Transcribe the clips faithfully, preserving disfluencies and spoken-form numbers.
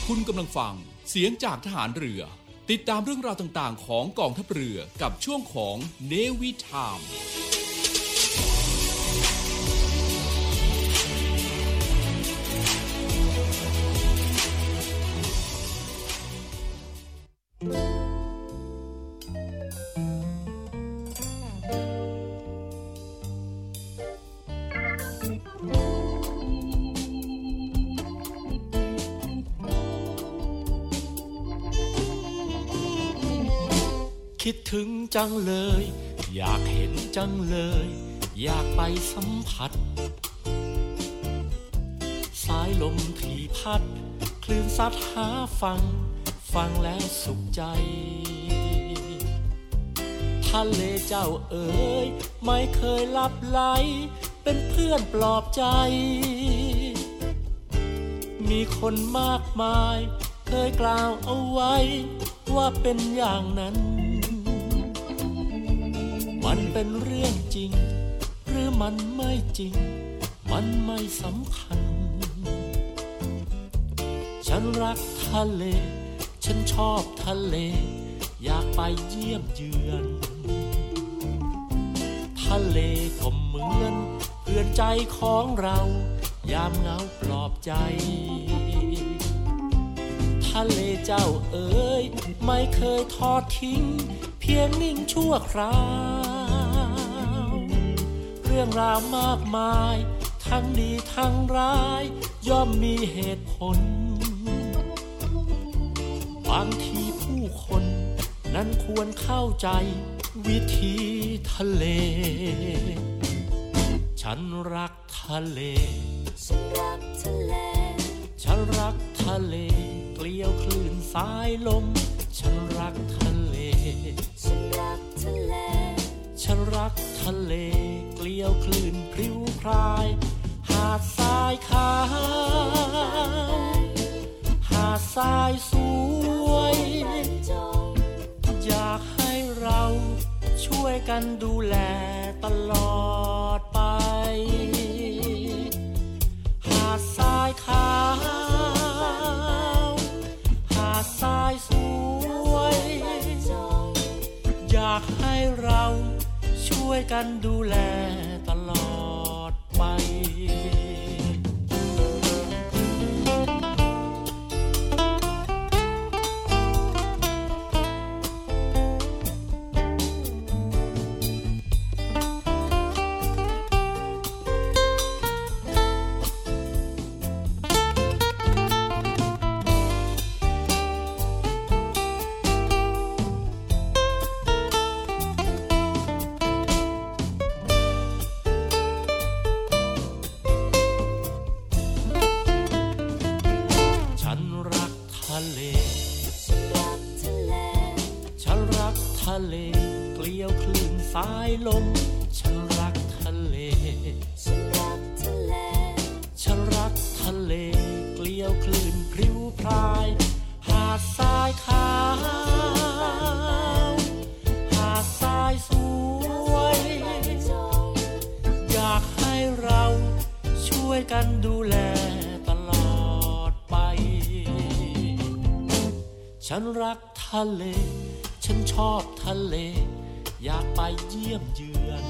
คุณกำลังฟังเสียงจากทหารเรือติดตามเรื่องราวต่างๆของกองทัพเรือกับช่วงของ Navy Time คิดถึงจังเลยอยากเห็นจังเลยอยากไปสัมผัสสายลมที่พัดคลื่นซัดหาฟังฟังแล้วสุขใจทะเลเจ้าเอ๋ยไม่เคยลับไหลเป็นเพื่อนปลอบใจมีคนมากมายเคยกล่าวเอาไว้ว่าเป็นอย่างนั้นมันเป็นเรื่องจริงหรือมันไม่จริงมันไม่สำคัญฉันรักทะเลฉันชอบทะเลอยากไปเยี่ยมเยือนทะเลก็เหมือนเพื่อนใจของเรายามเหงาปลอบใจทะเลเจ้าเอ๋ยไม่เคยทอดทิ้งเพียงนิ่งชั่วคราวเรื่องราวมากมายทั้งดีทั้งร้ายย่อมมีเหตุผลบางทีผู้คนนั้นควรเข้าใจวิถีทะเลฉันรักทะเลฉันรักทะเลฉันรักทะเลเกลียวคลื่นสายลมฉันรักทะเลฉันรักทะเลฉันรักทะเลเกลียวคลื่นพริ้วพรายหาดทรายขาวหาดทรายสวยอยากให้เราช่วยกันดูแลตลอดไปหาดทรายขาวหาดทรายสวยอยากให้เราช่วยกันดูแลตลอดไปสายลมฉันรักทะเลฉันรักทะเลฉันรักทะเลเกลียวคลื่นพริ้วพรายหาดทรายขาวหาดทรายสวยอยากให้เราช่วยกันดูแลตลอดไปฉันรักทะเลฉันชอบทะเลอยากไปเยี่ยมเยือน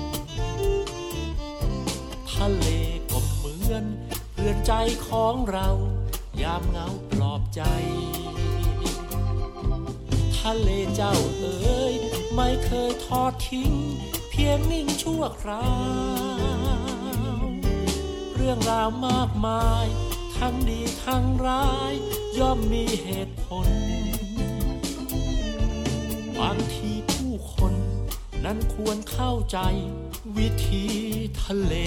ทะเลก็เหมือนเพื่อนใจของเรายามเหงาปลอบใจทะเลเจ้าเอ๋ยไม่เคยทอดทิ้งเพียงนิ่งชั่วคราวเรื่องราวมากมายทั้งดีทั้งร้ายย่อมมีเหตุผลบางทีผู้คนนั้นควรเข้าใจวิถีทะเล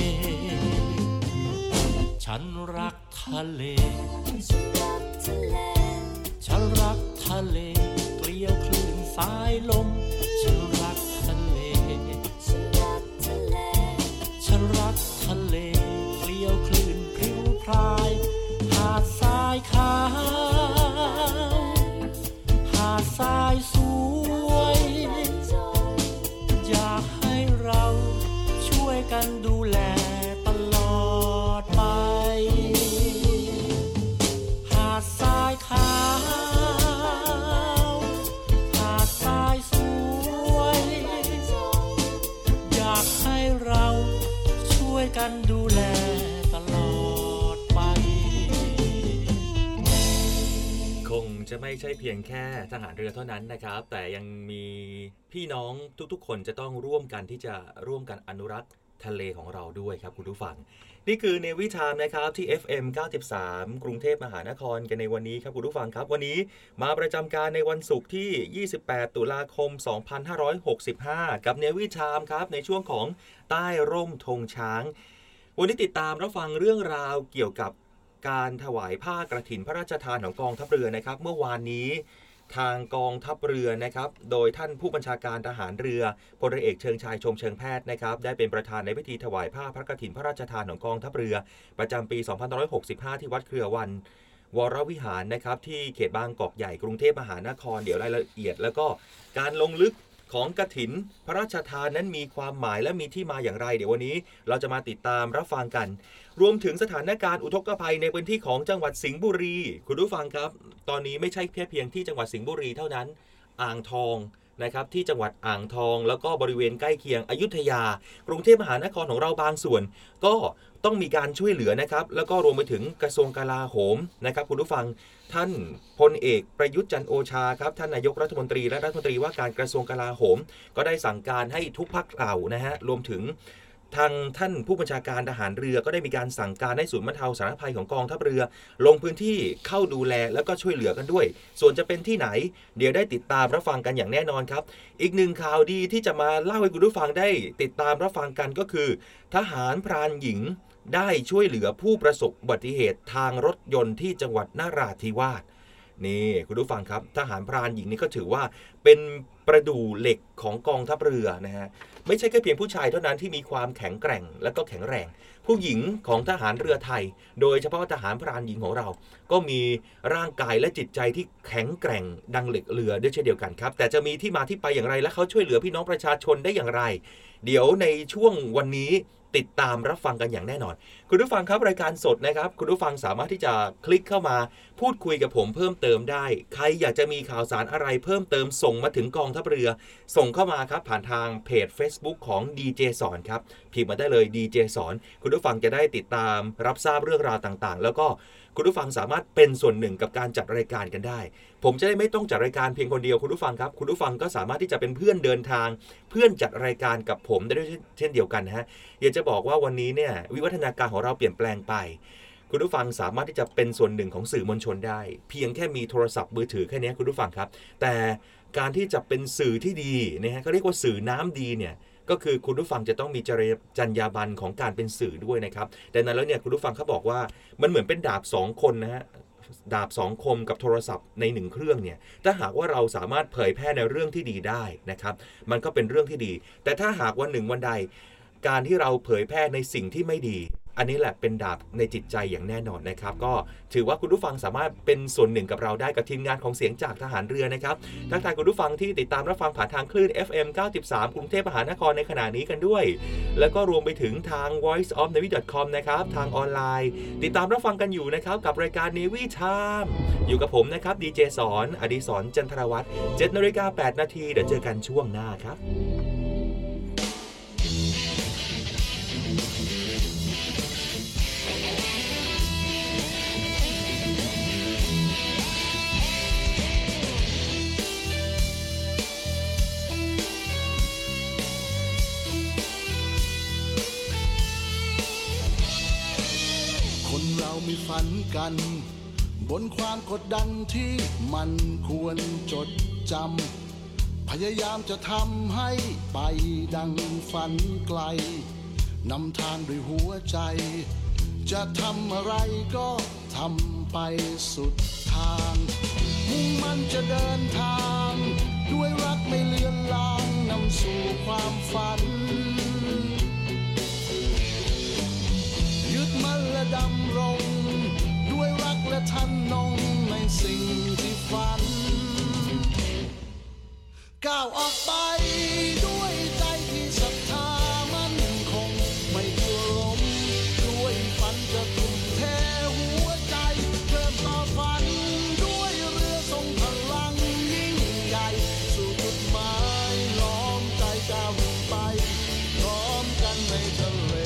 ฉันรักทะเลฉันรักทะเลฉันรักทะเลเกลียวคลื่นสายลมฉันรักทะเลฉันรักทะเลฉันรักทะเลเกลียวคลื่นพริ้วพรายหาดทรายขาวหาดทรายสวยอยากให้เราช่วยกันดูแลตลอดไปหาดทรายขาวจะไม่ใช่เพียงแค่ทหารเรือเท่านั้นนะครับแต่ยังมีพี่น้องทุกๆคนจะต้องร่วมกันที่จะร่วมกันอนุรักษ์ทะเลของเราด้วยครับคุณผู้ฟังนี่คือ Navy Time นะครับที่ เอฟ เอ็ม เก้าสิบสาม กรุงเทพมหานครกันในวันนี้ครับคุณผู้ฟังครับวันนี้มาประจำการในวันศุกร์ที่ยี่สิบแปดตุลาคมสองพันห้าร้อยหกสิบห้ากับ Navy Time ครับในช่วงของใต้ร่มธงช้างวันนี้ติดตามรับฟังเรื่องราวเกี่ยวกับการถวายผ้ากฐินพระราชทานของกองทัพเรือนะครับเมื่อวานนี้ทางกองทัพเรือนะครับโดยท่านผู้บัญชาการทหารเรือพลเรือเอกเชิงชายชมเชิงแพทย์นะครับได้เป็นประธานในพิธีถวายผ้าพระกฐินพระราชทานของกองทัพเรือประจำปีสองพันห้าร้อยหกสิบห้าที่วัดเครือวันวรวิหารนะครับที่เขตบางกอกใหญ่กรุงเทพมหานครเดี๋ยวรายละเอียดแล้วก็การลงลึกของกฐินพระราชทานนั้นมีความหมายและมีที่มาอย่างไรเดี๋ยววันนี้เราจะมาติดตามรับฟังกันรวมถึงสถานการณ์อุทกภัยในพื้นที่ของจังหวัดสิงห์บุรีคุณผู้ฟังครับตอนนี้ไม่ใช่แค่เพียงที่จังหวัดสิงห์บุรีเท่านั้นอ่างทองนะครับที่จังหวัดอ่างทองแล้วก็บริเวณใกล้เคียงอยุธยากรุงเทพมหานครของเราบางส่วนก็ต้องมีการช่วยเหลือนะครับแล้วก็รวมไปถึงกระทรวงกลาโหมนะครับคุณผู้ฟังท่านพลเอกประยุทธ์จันทร์โอชาครับท่านนายกรัฐมนตรีและรัฐมนตรีว่าการกระทรวงกลาโหมก็ได้สั่งการให้ทุกภาคเหล่านะฮะรวมถึงทางท่านผู้บัญชาการทหารเรือก็ได้มีการสั่งการให้ศูนย์บรรเทาสาธารณภัยของกองทัพเรือลงพื้นที่เข้าดูแลแล้วก็ช่วยเหลือกันด้วยส่วนจะเป็นที่ไหนเดี๋ยวได้ติดตามรับฟังกันอย่างแน่นอนครับอีกหนึ่งข่าวดีที่จะมาเล่าให้คุณผู้ฟังได้ติดตามรับฟังกันก็คือทหารพรานหญิงได้ช่วยเหลือผู้ประสบอุบัติเหตุทางรถยนต์ที่จังหวัดนราธิวาสนี่คุณผู้ฟังครับทหารพรานหญิงนี่ก็ถือว่าเป็นประดู่เหล็กของกองทัพเรือนะฮะไม่ใช่แค่เพียงผู้ชายเท่านั้นที่มีความแข็งแกร่งและก็แข็งแรงผู้หญิงของทหารเรือไทยโดยเฉพาะทหารพรานหญิงของเราก็มีร่างกายและจิตใจที่แข็งแกร่งดังเหล็กเรือด้วยเช่นเดียวกันครับแต่จะมีที่มาที่ไปอย่างไรและเขาช่วยเหลือพี่น้องประชาชนได้อย่างไรเดี๋ยวในช่วงวันนี้ติดตามรับฟังกันอย่างแน่นอนคุณผู้ฟังครับรายการสดนะครับคุณผู้ฟังสามารถที่จะคลิกเข้ามาพูดคุยกับผมเพิ่มเติมได้ใครอยากจะมีข่าวสารอะไรเพิ่มเติมส่งมาถึงกองทัพเรือส่งเข้ามาครับผ่านทางเพจ Facebook ของ ดี เจ สอนครับพิมพ์มาได้เลย ดี เจ สอนคุณผู้ฟังจะได้ติดตามรับทราบเรื่องราวต่างๆแล้วก็คุณผู้ฟังสามารถเป็นส่วนหนึ่งกับการจัดรายการกันได้ผมจะได้ไม่ต้องจัดรายการเพียงคนเดียวคุณผู้ฟังครับคุณผู้ฟังก็สามารถที่จะเป็นเพื่อนเดินทางเพื่อนจัดรายการกับผมได้ด้วยเช่นเดียวกันนะฮะอยากจะบอกว่าวันนี้เนี่ยวิวัฒนาการของเราเปลี่ยนแปลงไปคุณผู้ฟังสามารถที่จะเป็นส่วนหนึ่งของสื่อมวลชนได้เพียงแค่มีโทรศัพท์มือถือแค่นี้คุณผู้ฟังครับแต่การที่จะเป็นสื่อที่ดีนะฮะเขาเรียกว่าสื่อน้ำดีเนี่ยก็คือคุณผู้ฟังจะต้องมีจรรยาบรรณของการเป็นสื่อด้วยนะครับดังนั้นแล้วเนี่ยคุณผู้ฟังเขาบอกว่ามันเหมือนเป็นดาบสองคนนะฮะดาบสองคมกับโทรศัพท์ในหนึ่งเครื่องเนี่ยถ้าหากว่าเราสามารถเผยแพร่ในเรื่องที่ดีได้นะครับมันก็เป็นเรื่องที่ดีแต่ถ้าหากวันหนึ่งวันใดการที่เราเผยแพร่ในสิ่งที่ไม่ดีอันนี้แหละเป็นดาบในจิตใจอย่างแน่นอนนะครับก็ถือว่าคุณผู้ฟังสามารถเป็นส่วนหนึ่งกับเราได้กับทีมงานของเสียงจากทหารเรือนะครับทักทายคุณผู้ฟังที่ติดตามรับฟังผ่านทางคลื่น เอฟ เอ็ม เก้าสิบสาม กรุงเทพมหานครในขณะนี้กันด้วยแล้วก็รวมไปถึงทาง วอยซ์ ออฟ เนวี่ ดอท คอม นะครับทางออนไลน์ติดตามรับฟังกันอยู่นะครับกับรายการ Navy Time อยู่กับผมนะครับดีเจสอนอดิศรจันทรวัฒน์ เจ็ดนาฬิกาแปดนาทีเดี๋ยวเจอกันช่วงหน้าครับมีฝันกันบนความกดดันที่มันควรจดจำพยายามจะทำให้ไปดังฝันไกลนำทางด้วยหัวใจจะทำอะไรก็ทำไปสุดทางมุ่งมั่นจะเดินทางด้วยรักไม่เลือนลางนำสู่ความฝันยึดมั่นและดำรงด้วยรักและทันนงในสิ่งที่ฝันก้าวออกไปด้วยใจที่ศรัทธามั่นคงไม่กลัวล้มด้วยฝันจะทุ่มเทหัวใจเดินต่อฝันด้วยเรือทรงพลังยิ่งใหญ่สู่จุดหมายล้อมใจก้าวไปพร้อมกันในทะเล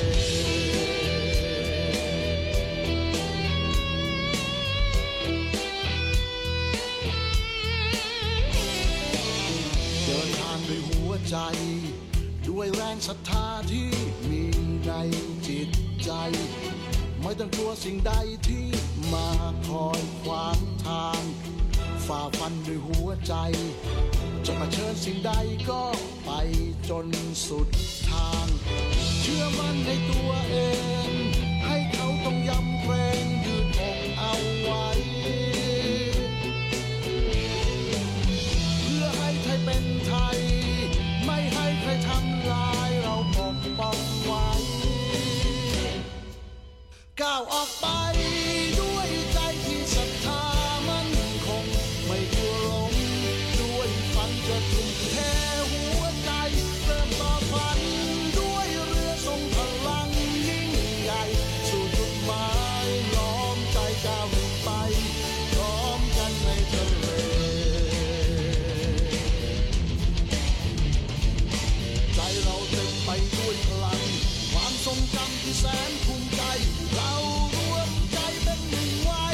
ศรัทธาที่มีในจิตใจไม่ต้องกลัวสิ่งใดที่มาคอยขวางทางฝ่าฟันด้วยหัวใจจะเผชิญสิ่งใดก็ไปจนสุดทางเชื่อมั่นในตัวเองให้เขาต้องยำเกรงยืดอกเอาไว้เพื่อให้ไทยเป็นไทยไม่ให้ใครทำลายเราปกป้องไว้ก้าวออกไปด้วยใจที่ศรัทธามั่นคงไม่กลัวล้มด้วยฝันจะทุ่มเทหัวใจเริ่มต่อฝันด้วยเรือทรงพลังยิ่งใหญ่สู่จุดหมายล้อมใจก้าวไปพร้อมกันในทะเลใจเราเต็มไปด้วยพลังความทรงจำที่แสนภูมิใจเรารวมใจเป็นหนึ่งไว้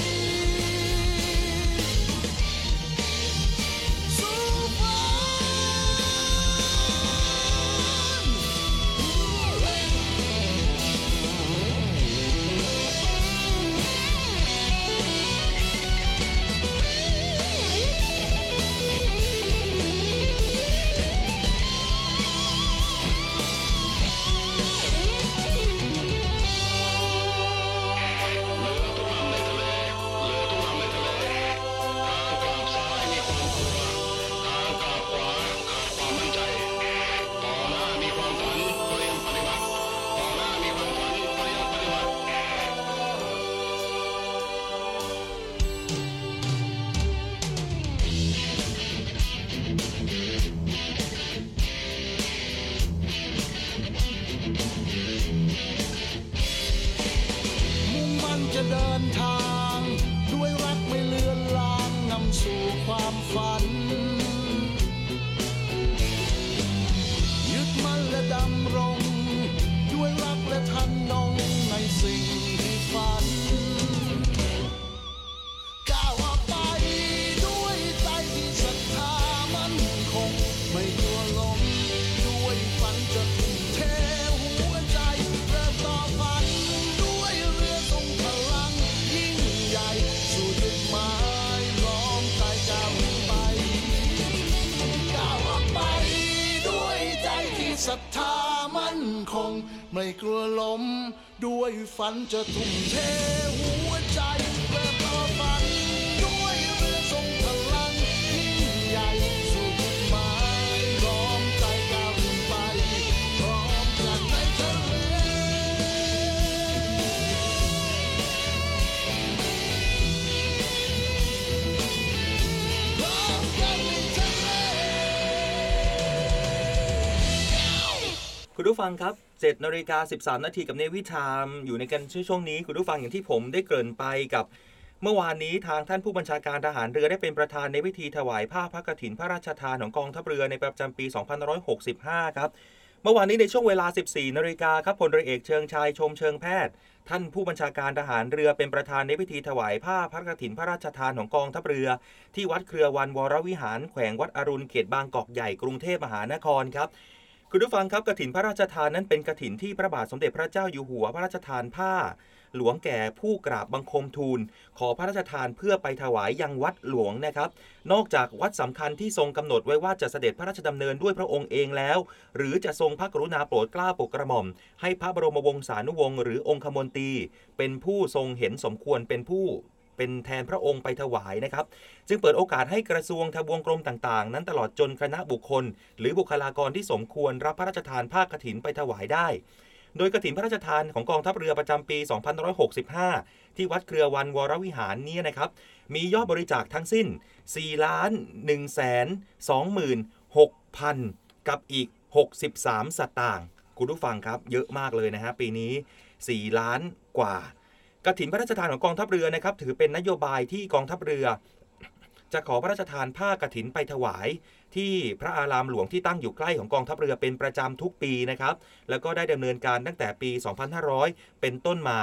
สู้ฝันจะเดินทางด้วยรักไม่เลือนลางนำสู่ความฝันยึดมั่นและดำรงด้วยรักและทันนงในสิ่งที่ฝันก้าวออกไปด้วยใจที่ศรัทธามั่นคงไม่กลัวล้มด้วยฝันจะทุ่มเทหัวใจเริ่มต่อฝันด้วยเรือทรงพลังยิ่งใหญ่สู่จุดหมายล้อมใจก้าวไปก้าวออกไปด้วยใจที่ศรัทธามั่นคงไม่กลัวล้มด้วยฝันจะทุ่มเทหัวใจเริ่มต่อฝันด้วยเรือทรงพลังยิ่งใหญ่สู่จุดหมายล้อมใจก้าวไปพร้อมกันในทะเลพร้อมกันในทะเลคุณผู้ฟังครับเจ็ดนาฬิกาสิบสามนาทีกับเนวิไทม์อยู่ในกันช่วงนี้คุณผู้ฟังอย่างที่ผมได้เกริ่นไปกับเมื่อวานนี้ทางท่านผู้บัญชาการทหารเรือได้เป็นประธานในพิธีถวายผ้าพระกฐินพระราชทานของกองทัพเรือในประจำปีสองพันห้าร้อยหกสิบห้าครับเมื่อวานนี้ในช่วงเวลา สิบสี่นาฬิกาครับพลเรือเอกเชิงชายชมเชิงแพทย์ท่านผู้บัญชาการทหารเรือเป็นประธานในพิธีถวายผ้าพระกฐินพระราชทานของกองทัพเรือที่วัดเครือวันวรวิหารแขวงวัดอรุณเขตบางกอกใหญ่กรุงเทพมหานครครับคุณผู้ฟังครับกฐินพระราชทานนั้นเป็นกฐินที่พระบาทสมเด็จพระเจ้าอยู่หัวพระราชทานผ้าหลวงแก่ผู้กราบบังคมทูลขอพระราชทานเพื่อไปถวายยังวัดหลวงนะครับนอกจากวัดสำคัญที่ทรงกำหนดไว้ว่าจะเสด็จพระราชดำเนินด้วยพระองค์เองแล้วหรือจะทรงพระกรุณาโปรดเกล้าโปรดกระหม่อมให้พระบรมวงศานุวงศ์หรือองคมนตรีเป็นผู้ทรงเห็นสมควรเป็นผู้เป็นแทนพระองค์ไปถวายนะครับจึงเปิดโอกาสให้กระทรวงทบวงกรมต่างๆนั้นตลอดจนคณะบุคคลหรือบุคลากรที่สมควรรับพระราชทานผ้ากฐินไปถวายได้โดยกฐินพระราชทานของกองทัพเรือประจำปีสองพันห้าร้อยหกสิบห้าที่วัดเครือวันวรวิหารนี้นะครับมียอดบริจาคทั้งสิ้น สี่ล้านหนึ่งแสนสองหมื่นหกพัน กับอีกหกสิบสามสตางค์คุณผู้ฟังครับเยอะมากเลยนะฮะปีนี้สี่ล้านกว่ากฐินพระราชทานของกองทัพเรือนะครับถือเป็นนโยบายที่กองทัพเรือจะขอพระราชทานผ้ากฐินไปถวายที่พระอารามหลวงที่ตั้งอยู่ใกล้ของกองทัพเรือเป็นประจำทุกปีนะครับแล้วก็ได้ดำเนินการตั้งแต่ปีสองพันห้าร้อยเป็นต้นมา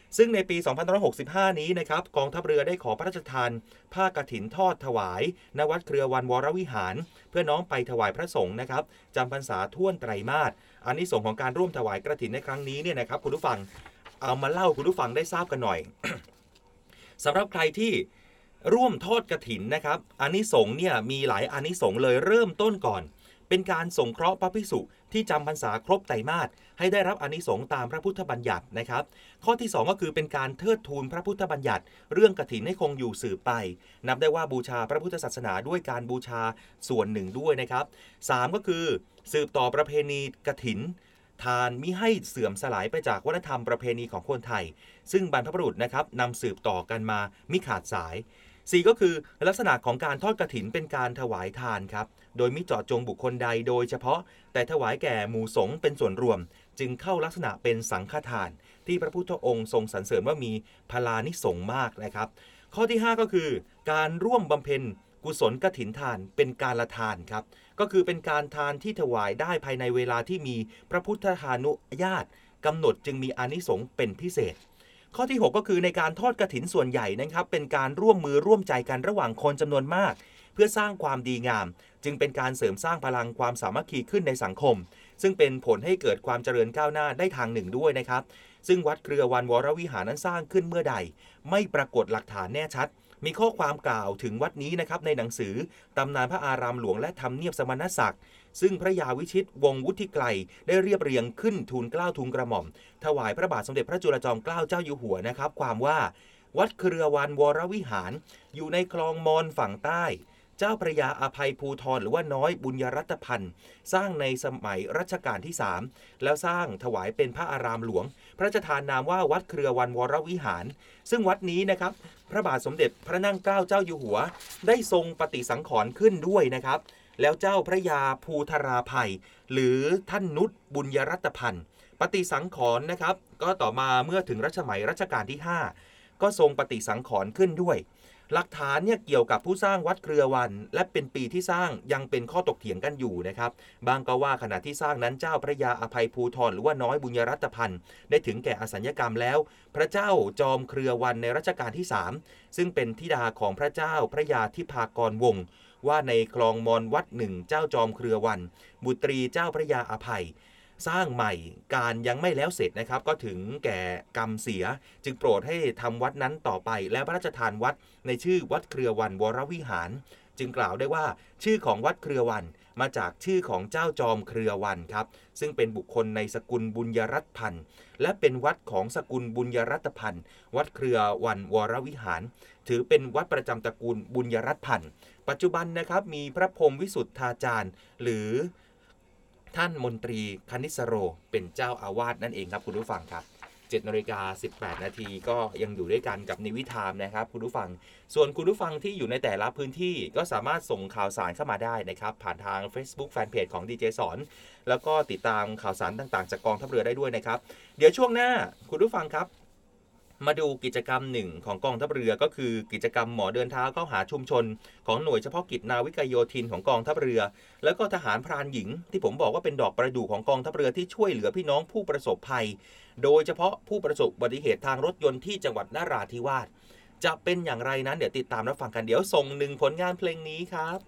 ซึ่งในปี สองพันห้าร้อยหกสิบห้า นี้นะครับกองทัพเรือได้ขอพระราชทานผ้ากฐินทอดถวายณวัดเครือวันวรวิหารเพื่อน้อมไปถวายพระสงฆ์นะครับจำพรรษาท่วนไตรมาสอานิสงส์ของการร่วมถวายกฐินในครั้งนี้เนี่ยนะครับคุณผู้ฟังเอามาเล่าคุณผู้ฟังได้ทราบกันหน่อย สำหรับใครที่ร่วมทอดกฐินนะครับอานิสงส์เนี่ยมีหลายอานิสงส์เลยเริ่มต้นก่อนเป็นการสงเคราะห์พระภิกษุที่จำพรรษาครบไตรมาสให้ได้รับอานิสงส์ตามพระพุทธบัญญัตินะครับข้อที่สองก็คือเป็นการเทิดทูนพระพุทธบัญญัติเรื่องกฐินให้คงอยู่สืบไปนับได้ว่าบูชาพระพุทธศาสนาด้วยการบูชาส่วนหนึ่งด้วยนะครับสามก็คือสืบต่อประเพณีกฐินทานมิให้เสื่อมสลายไปจากวัฒนธรรมประเพณีของคนไทยซึ่งบรรพบุรุษนะครับนำสืบต่อกันมามิขาดสายสี่ก็คือลักษณะของการทอดกฐินเป็นการถวายทานครับโดยมิเจาะจงบุคคลใดโดยเฉพาะแต่ถวายแก่หมู่สงฆ์เป็นส่วนรวมจึงเข้าลักษณะเป็นสังฆทานที่พระพุทธองค์ทรงสรรเสริญว่ามีพลานิสงส์มากนะครับข้อที่ห้าก็คือการร่วมบำเพ็ญกุศลกฐินทานเป็นการละทานครับก็คือเป็นการทานที่ถวายได้ภายในเวลาที่มีพระพุทธานุญาตกำหนดจึงมีอานิสงส์เป็นพิเศษข้อที่หกก็คือในการทอดกฐินส่วนใหญ่นะครับเป็นการร่วมมือร่วมใจกันระหว่างคนจำนวนมากเพื่อสร้างความดีงามจึงเป็นการเสริมสร้างพลังความสามัคคีขึ้นในสังคมซึ่งเป็นผลให้เกิดความเจริญก้าวหน้าได้ทางหนึ่งด้วยนะครับซึ่งวัดเครือวันวรวิหารนั้นสร้างขึ้นเมื่อใดไม่ปรากฏหลักฐานแน่ชัดมีข้อความกล่าวถึงวัดนี้นะครับในหนังสือตำนานพระอารามหลวงและธรรมเนียบสมณศักดิ์ซึ่งพระยาวิชิตวงศ์วุฒิไกรได้เรียบเรียงขึ้นทูลเกล้าทูลกระหม่อมถวายพระบาทสมเด็จพระจุลจอมเกล้าเจ้าอยู่หัวนะครับความว่าวัดเครือวันวรวิหารอยู่ในคลองมอญฝั่งใต้เจ้าพระยาอภัยภูธรหรือว่าน้อยบุญยรัตพันธ์สร้างในสมัยรัชกาลที่สามแล้วสร้างถวายเป็นพระอารามหลวงพระราชทานนามว่าวัดเครือวันวรวิหารซึ่งวัดนี้นะครับพระบาทสมเด็จพระนั่งเกล้าเจ้าอยู่หัวได้ทรงปฏิสังขรณ์ขึ้นด้วยนะครับแล้วเจ้าพระยาภูธราภัยหรือท่านนุชบุญยรัตพันธ์ปฏิสังขรณ์นะครับก็ต่อมาเมื่อถึงรัชสมัยรัชกาลที่ห้าก็ทรงปฏิสังขรณ์ขึ้นด้วยหลักฐานเนี่ยเกี่ยวกับผู้สร้างวัดเครือวันและเป็นปีที่สร้างยังเป็นข้อตกเถียงกันอยู่นะครับบางก็ว่าขณะที่สร้างนั้นเจ้าพระยาอภัยภูธรหรือว่าน้อยบุญยรัตพันธ์ได้ถึงแก่อสัญญกรรมแล้วพระเจ้าจอมเครือวันในรัชกาลที่สามซึ่งเป็นธิดาของพระเจ้าพระยาทิพากรวงศ์ว่าในคลองมอญวัดหนึ่งเจ้าจอมเครือวันบุตรีเจ้าพระยาอภัยสร้างใหม่การยังไม่แล้วเสร็จนะครับก็ถึงแก่กรรมเสียจึงโปรดให้ทำวัดนั้นต่อไปและพระราชทานวัดในชื่อวัดเครือวันวรวิหารจึงกล่าวได้ว่าชื่อของวัดเครือวันมาจากชื่อของเจ้าจอมเครือวันครับซึ่งเป็นบุคคลในสกุลบุญยรัตพันธ์และเป็นวัดของสกุลบุญยรัตพันธ์วัดเครือวันวรวิหารถือเป็นวัดประจำตระกูลบุญยรัตพันธ์ปัจจุบันนะครับมีพระพรหมวิสุทธาจารย์หรือท่านมนตรีคณิสโรเป็นเจ้าอาวาสนั่นเองครับคุณผู้ฟังครับ เจ็ดนาฬิกาสิบแปดนาทีก็ยังอยู่ด้วยกันกับนิวิธามนะครับคุณผู้ฟังส่วนคุณผู้ฟังที่อยู่ในแต่ละพื้นที่ก็สามารถส่งข่าวสารเข้ามาได้นะครับผ่านทาง Facebook Fanpage ของ ดี เจ สอนแล้วก็ติดตามข่าวสารต่างๆจากกองทัพเรือได้ด้วยนะครับเดี๋ยวช่วงหน้าคุณผู้ฟังครับมาดูกิจกรรมหนึ่งของกองทัพเรือก็คือกิจกรรมหมอเดินเท้าเข้าหาชุมชนของหน่วยเฉพาะกิจนาวิกโยธินของกองทัพเรือแล้วก็ทหารพรานหญิงที่ผมบอกว่าเป็นดอกประดู่ของกองทัพเรือที่ช่วยเหลือพี่น้องผู้ประสบภัยโดยเฉพาะผู้ประสบอุบัติเหตุทางรถยนต์ที่จังหวัดนราธิวาสจะเป็นอย่างไรนั้นเดี๋ยวติดตามรับฟังกันเดี๋ยวส่งหนึ่งผลงานเพลงนี้ครับ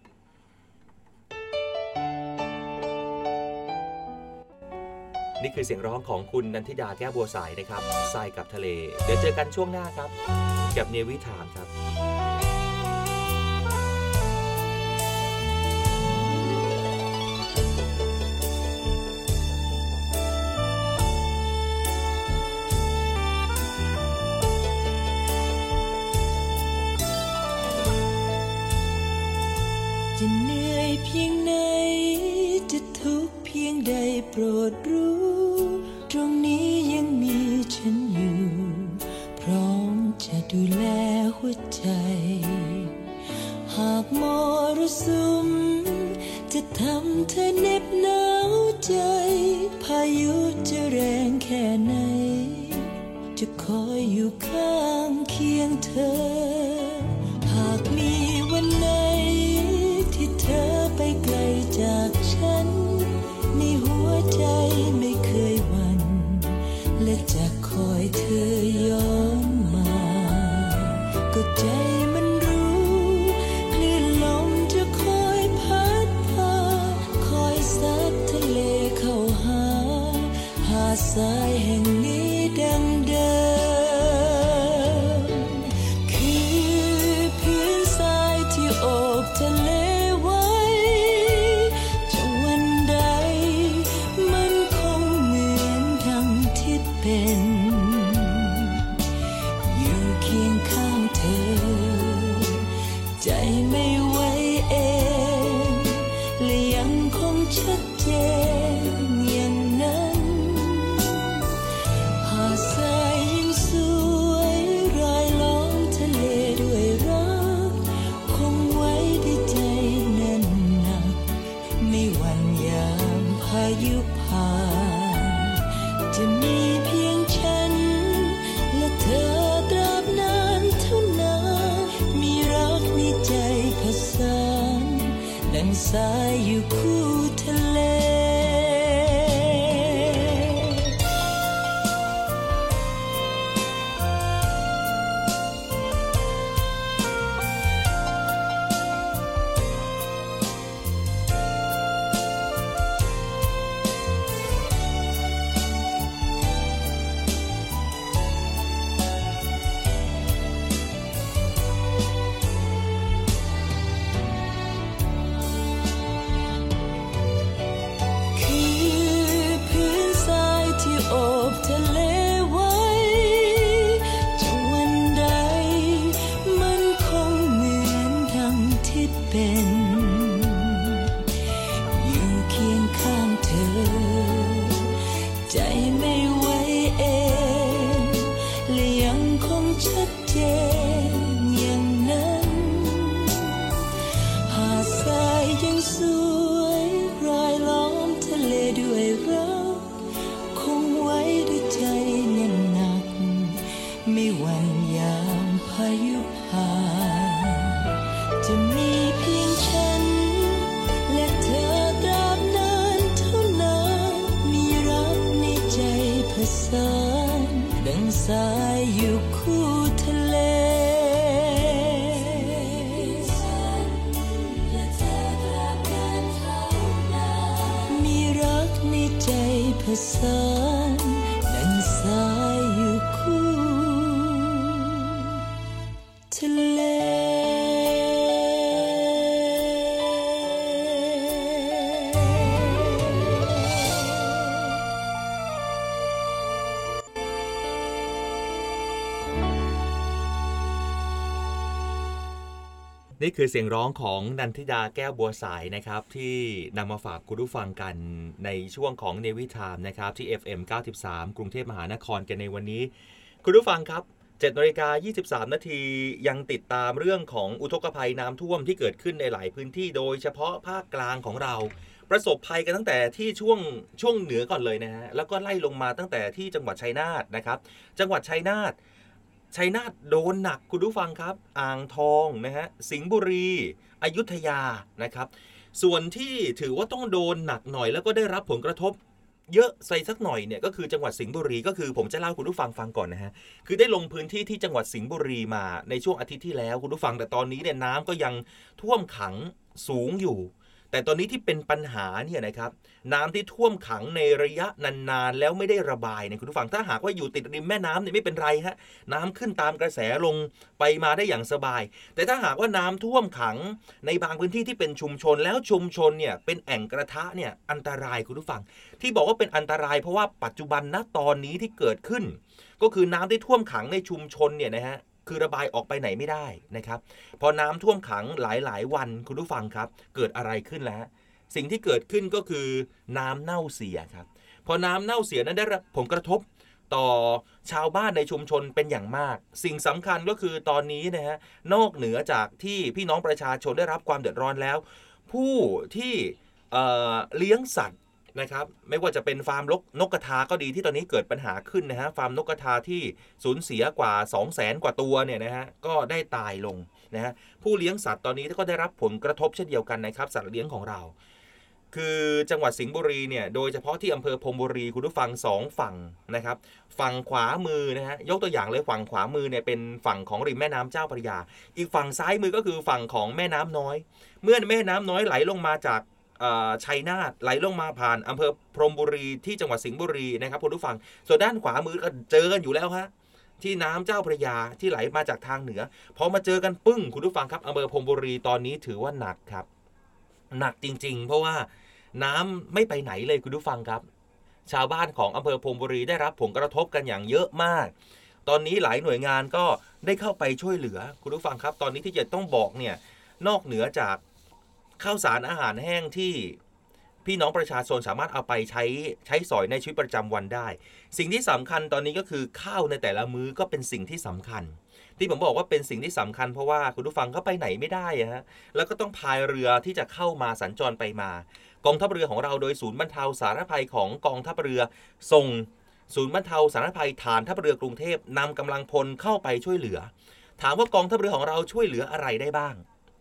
นี่คือเสียงร้องของคุณนันทิดาแก้วบัวสายนะครับทรายกับทะเลเดี๋ยวเจอกันช่วงหน้าครับกับเนวิถามครับจะเหนื่อยเพียงไหนจะทุกข์เพียงใดโปรดรู้ตรงนี้ยังมีฉันอยู่พร้อมจะดูแลหัวใจหากมรสุมจะทำเธอเหน็บหนาวใจพายุจะแรงแค่ไหนจะคอยอยู่ข้างเคียงเธอหากมีวันไหนที่เธอไปไกลจากฉันในหัวใจไม่เคยหวั่นและจะคอยเธอสายอยู่คู่ทะเลสายอยู่คู่ทะเลมีรักในใจผสานดังสายอยู่คู่ทะเลนี่คือเสียงร้องของนันทิดาแก้วบัวสายนะครับที่นำมาฝากคุณผู้ฟังกันในช่วงของเนวิทามนะครับที่ เอฟ เอ็ม เก้าสิบสาม กรุงเทพมหานครกันในวันนี้คุณผู้ฟังครับ เจ็ดนาฬิกายี่สิบสามนาทียังติดตามเรื่องของอุทกภัยน้ำท่วมที่เกิดขึ้นในหลายพื้นที่โดยเฉพาะภาคกลางของเราประสบภัยกันตั้งแต่ที่ช่วงช่วงเหนือก่อนเลยนะฮะแล้วก็ไล่ลงมาตั้งแต่ที่จังหวัดชัยนาทนะครับจังหวัดชัยนาทชัยนาทโดนหนักคุณผู้ฟังครับอ่างทองนะฮะสิงห์บุรีอยุธยานะครับส่วนที่ถือว่าต้องโดนหนักหน่อยแล้วก็ได้รับผลกระทบเยอะใส่สักหน่อยเนี่ยก็คือจังหวัดสิงห์บุรีก็คือผมจะเล่าคุณผู้ฟังฟังก่อนนะฮะคือได้ลงพื้นที่ที่จังหวัดสิงห์บุรีมาในช่วงอาทิตย์ที่แล้วคุณผู้ฟังแต่ตอนนี้เนี่ยน้ำก็ยังท่วมขังสูงอยู่แต่ตอนนี้ที่เป็นปัญหาเนี่ยนะครับน้ำที่ท่วมขังในระยะนานๆแล้วไม่ได้ระบายเนี่ยคุณผู้ฟังถ้าหากว่าอยู่ติดริมแม่น้ำเนี่ยไม่เป็นไรฮะน้ำขึ้นตามกระแสลงไปมาได้อย่างสบายแต่ถ้าหากว่าน้ำท่วมขังในบางพื้นที่ที่เป็นชุมชนแล้วชุมชนเนี่ยเป็นแอ่งกระทะเนี่ยอันตรายคุณผู้ฟังที่บอกว่าเป็นอันตรายเพราะว่าปัจจุบันณตอนนี้ที่เกิดขึ้นก็คือน้ำที่ท่วมขังในชุมชนเนี่ยนะฮะคือระบายออกไปไหนไม่ได้นะครับพอน้ำท่วมขังหลายๆวันคุณผู้ฟังครับเกิดอะไรขึ้นแล้วสิ่งที่เกิดขึ้นก็คือน้ำเน่าเสียครับพอน้ำเน่าเสียนั้นได้รับผลกระทบต่อชาวบ้านในชุมชนเป็นอย่างมากสิ่งสำคัญก็คือตอนนี้นะฮะนอกเหนือจากที่พี่น้องประชาชนได้รับความเดือดร้อนแล้วผู้ที่เอ่อเลี้ยงสัตว์นะครับไม่ว่าจะเป็นฟาร์มนกกระทาก็ดีที่ตอนนี้เกิดปัญหาขึ้นนะฮะฟาร์มนกกระทาที่สูญเสียกว่า สองแสน กว่าตัวเนี่ยนะฮะก็ได้ตายลงนะฮะผู้เลี้ยงสัตว์ตอนนี้ก็ได้รับผลกระทบเช่นเดียวกันนะครับสัตว์เลี้ยงของเราคือจังหวัดสิงห์บุรีเนี่ยโดยเฉพาะที่อำเภอพรหมบุรีคุณผู้ฟังสองฝั่งนะครับฝั่งขวามือนะฮะยกตัวอย่างเลยฝั่งขวามือเนี่ยเป็นฝั่งของริมแม่น้ำเจ้าพระยาอีกฝั่งซ้ายมือก็คือฝั่งของแม่น้ำน้อยเมื่อแม่น้ำน้อยไหลลงมาจากชัยนาทไหลลงมาผ่านอำเภอพรหมบุรีที่จังหวัดสิงห์บุรีนะครับคุณผู้ฟังส่วนด้านขวามือก็เจอกันอยู่แล้วฮะที่น้ำเจ้าพระยาที่ไหลมาจากทางเหนือพอมาเจอกันปึ้งคุณผู้ฟังครับอำเภอพรหมบุรีตอนนี้ถือว่าหนักครับหนักจริงๆเพราะว่าน้ำไม่ไปไหนเลยคุณผู้ฟังครับชาวบ้านของอำเภอพรหมบุรีได้รับผลกระทบกันอย่างเยอะมากตอนนี้หลายหน่วยงานก็ได้เข้าไปช่วยเหลือคุณผู้ฟังครับตอนนี้ที่จะต้องบอกเนี่ยนอกเหนือจากข้าวสารอาหารแห้งที่พี่น้องประชาชนสามารถเอาไปใช้ใช้สอยในชีวิตประจำวันได้สิ่งที่สำคัญตอนนี้ก็คือข้าวในแต่ละมื้อก็เป็นสิ่งที่สำคัญที่ผมบอกว่าเป็นสิ่งที่สำคัญเพราะว่าคุณผู้ฟังเขาไปไหนไม่ได้ฮะแล้วก็ต้องพายเรือที่จะเข้ามาสัญจรไปมากองทัพเรือของเราโดยศูนย์บรรเทาสาธารณภัยของกองทัพเรือส่งศูนย์บรรเทาสาธารณภัยฐานทัพเรือกรุงเทพนำกำลังพลเข้าไปช่วยเหลือถามว่ากองทัพเรือของเราช่วยเหลืออะไรได้บ้างกับ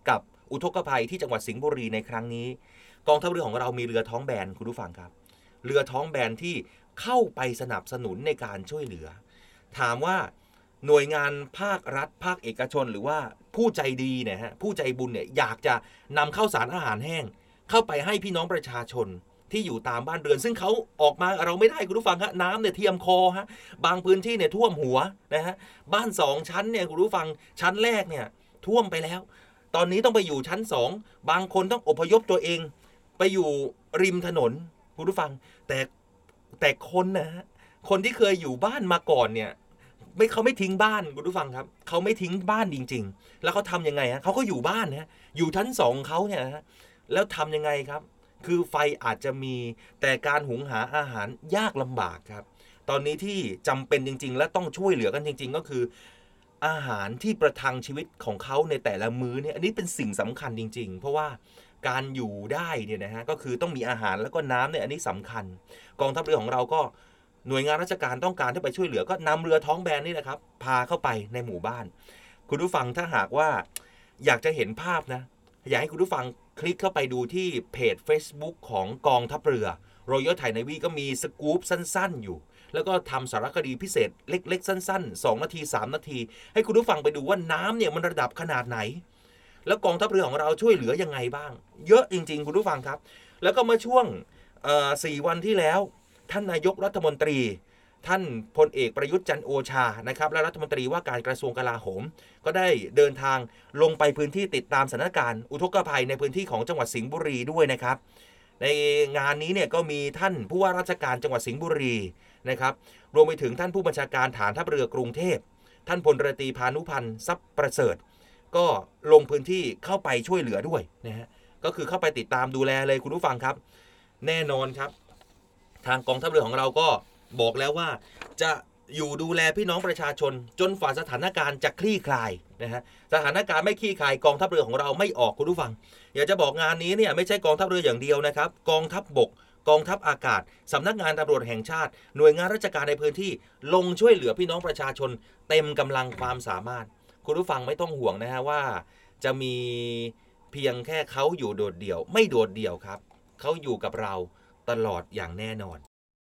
อุทกภัยที่จังหวัดสิงห์บุรีในครั้งนี้กองทัพเรือของเรามีเรือท้องแบนคุณผู้ฟังครับเรือท้องแบนที่เข้าไปสนับสนุนในการช่วยเหลือถามว่าหน่วยงานภาครัฐภาคเอกชนหรือว่าผู้ใจดีเนี่ยฮะผู้ใจบุญเนี่ยอยากจะนำข้าวสารอาหารแห้งเข้าไปให้พี่น้องประชาชนที่อยู่ตามบ้านเรือนซึ่งเขาออกมาเราไม่ได้คุณผู้ฟังฮะน้ำเนี่ยเทียมคอฮะบางพื้นที่เนี่ยท่วมหัวนะฮะบ้านสองชั้นเนี่ยคุณผู้ฟังชั้นแรกเนี่ยท่วมไปแล้วตอนนี้ต้องไปอยู่ชั้นสองบางคนต้องอพยพตัวเองไปอยู่ริมถนนคุณผู้ฟังแต่แต่คนนะฮะคนที่เคยอยู่บ้านมาก่อนเนี่ยไม่เขาไม่ทิ้งบ้านคุณผู้ฟังครับเขาไม่ทิ้งบ้านจริงๆแล้วเขาทำยังไงฮะเขาก็อยู่บ้านนะอยู่ชั้นสองเขาเนี่ยฮะแล้วทำยังไงครับคือไฟอาจจะมีแต่การหุงหาอาหารยากลำบากครับตอนนี้ที่จำเป็นจริงๆและต้องช่วยเหลือกันจริงๆก็คืออาหารที่ประทังชีวิตของเขาในแต่ละมื้อเนี่ยอันนี้เป็นสิ่งสำคัญจริงๆเพราะว่าการอยู่ได้เนี่ยนะฮะก็คือต้องมีอาหารแล้วก็น้ำเนี่ยอันนี้สำคัญกองทัพเรือของเราก็หน่วยงานราชการต้องการที่ไปช่วยเหลือก็นำเรือท้องแบนนี่นะครับพาเข้าไปในหมู่บ้านคุณผู้ฟังถ้าหากว่าอยากจะเห็นภาพนะอยากให้คุณผู้ฟังคลิกเข้าไปดูที่เพจ Facebook ของกองทัพเรือ Royal Thai Navy ก็มีสกู๊ปสั้นๆอยู่แล้วก็ทำสารคดีพิเศษเล็กๆสั้นๆสองนาทีสามนาทีให้คุณผู้ฟังไปดูว่าน้ำเนี่ยมันระดับขนาดไหนแล้วกองทัพเรือของเราช่วยเหลือยังไงบ้างเยอะจริงๆคุณผู้ฟังครับแล้วก็เมื่อช่วงสี่วันที่แล้วท่านนายกรัฐมนตรีท่านพลเอกประยุทธ์จันทร์โอชานะครับและรัฐมนตรีว่าการกระทรวงกลาโหมก็ได้เดินทางลงไปพื้นที่ติดตามสถานการณ์อุทกภัยในพื้นที่ของจังหวัดสิงห์บุรีด้วยนะครับในงานนี้เนี่ยก็มีท่านผู้ว่าราชการจังหวัดสิงห์บุรีนะครับรวมไปถึงท่านผู้บัญชาการฐานทัพเรือกรุงเทพท่านพลเรือตรีพานุพันธ์ทรัพย์ประเสริฐก็ลงพื้นที่เข้าไปช่วยเหลือด้วยนะฮะก็คือเข้าไปติดตามดูแลเลยคุณผู้ฟังครับแน่นอนครับทางกองทัพเรือของเราก็บอกแล้วว่าจะอยู่ดูแลพี่น้องประชาชนจนฝ่าสถานการณ์จะคลี่คลายนะฮะสถานการณ์ไม่คลี่คลายกองทัพเรือของเราไม่ออกคุณผู้ฟังอยากจะบอกงานนี้เนี่ยไม่ใช่กองทัพเรืออย่างเดียวนะครับกองทัพบกกองทัพอากาศสำนักงานตำรวจแห่งชาติหน่วยงานราชการในพื้นที่ลงช่วยเหลือพี่น้องประชาชนเต็มกำลังความสามารถคุณผู้ฟังไม่ต้องห่วงนะฮะว่าจะมีเพียงแค่เขาอยู่โดดเดี่ยวไม่โดดเดี่ยวครับเขาอยู่กับเราตลอดอย่างแน่นอน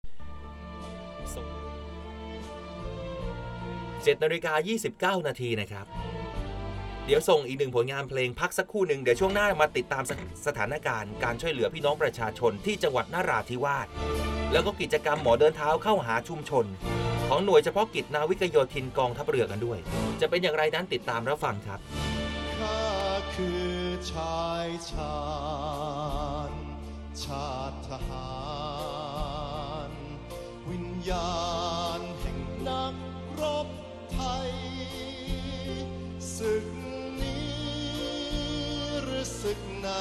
เจ็ดนาฬิกายี่สิบเก้านาทีนะครับเดี๋ยวส่งอีกหนึ่งผลงานเพลงพักสักครู่หนึ่งเดี๋ยวช่วงหน้ามาติดตามสถานการณ์การช่วยเหลือพี่น้องประชาชนที่จังหวัดนราธิวาสแล้วก็กิจกรรมหมอเดินเท้าเข้าหาชุมชนของหน่วยเฉพาะกิจนาวิกโยธินกองทัพเรือกันด้วยจะเป็นอย่างไรนั้นติดตามรับฟังครับข้าคือชายชาญชาติทหารวิญญาณแห่งนักรบไทยศึกนี้หรือศึกไหน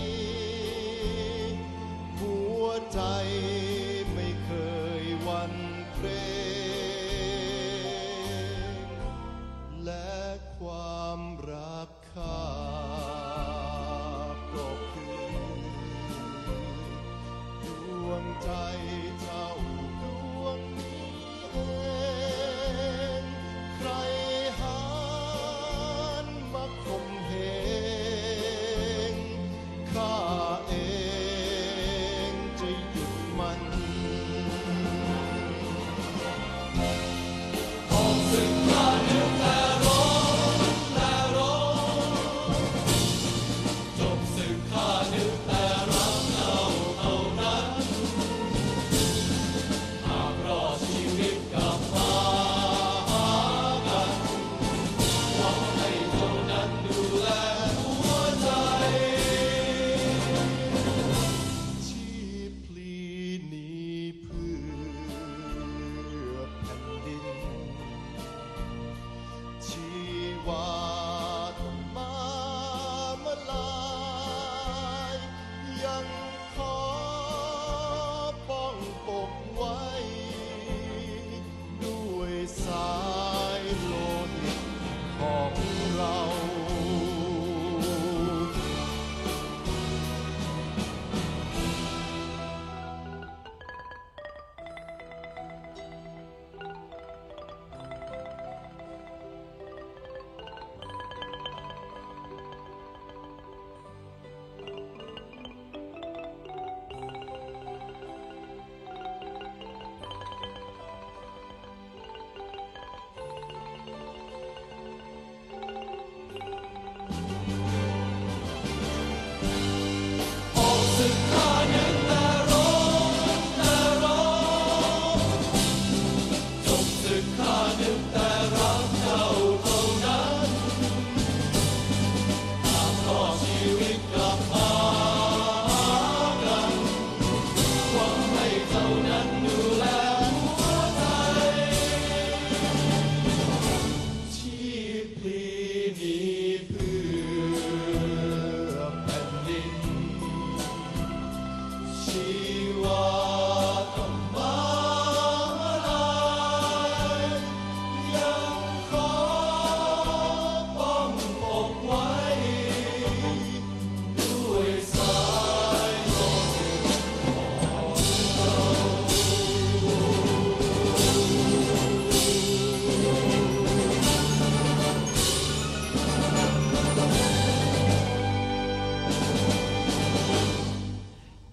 หัวใจไม่เคยหวั่นเกรงและความรักข้าก็คือดวงใจเจ้าดวงนี้เองใครหานมาข่มเหงข้าเองจะหยุดมัน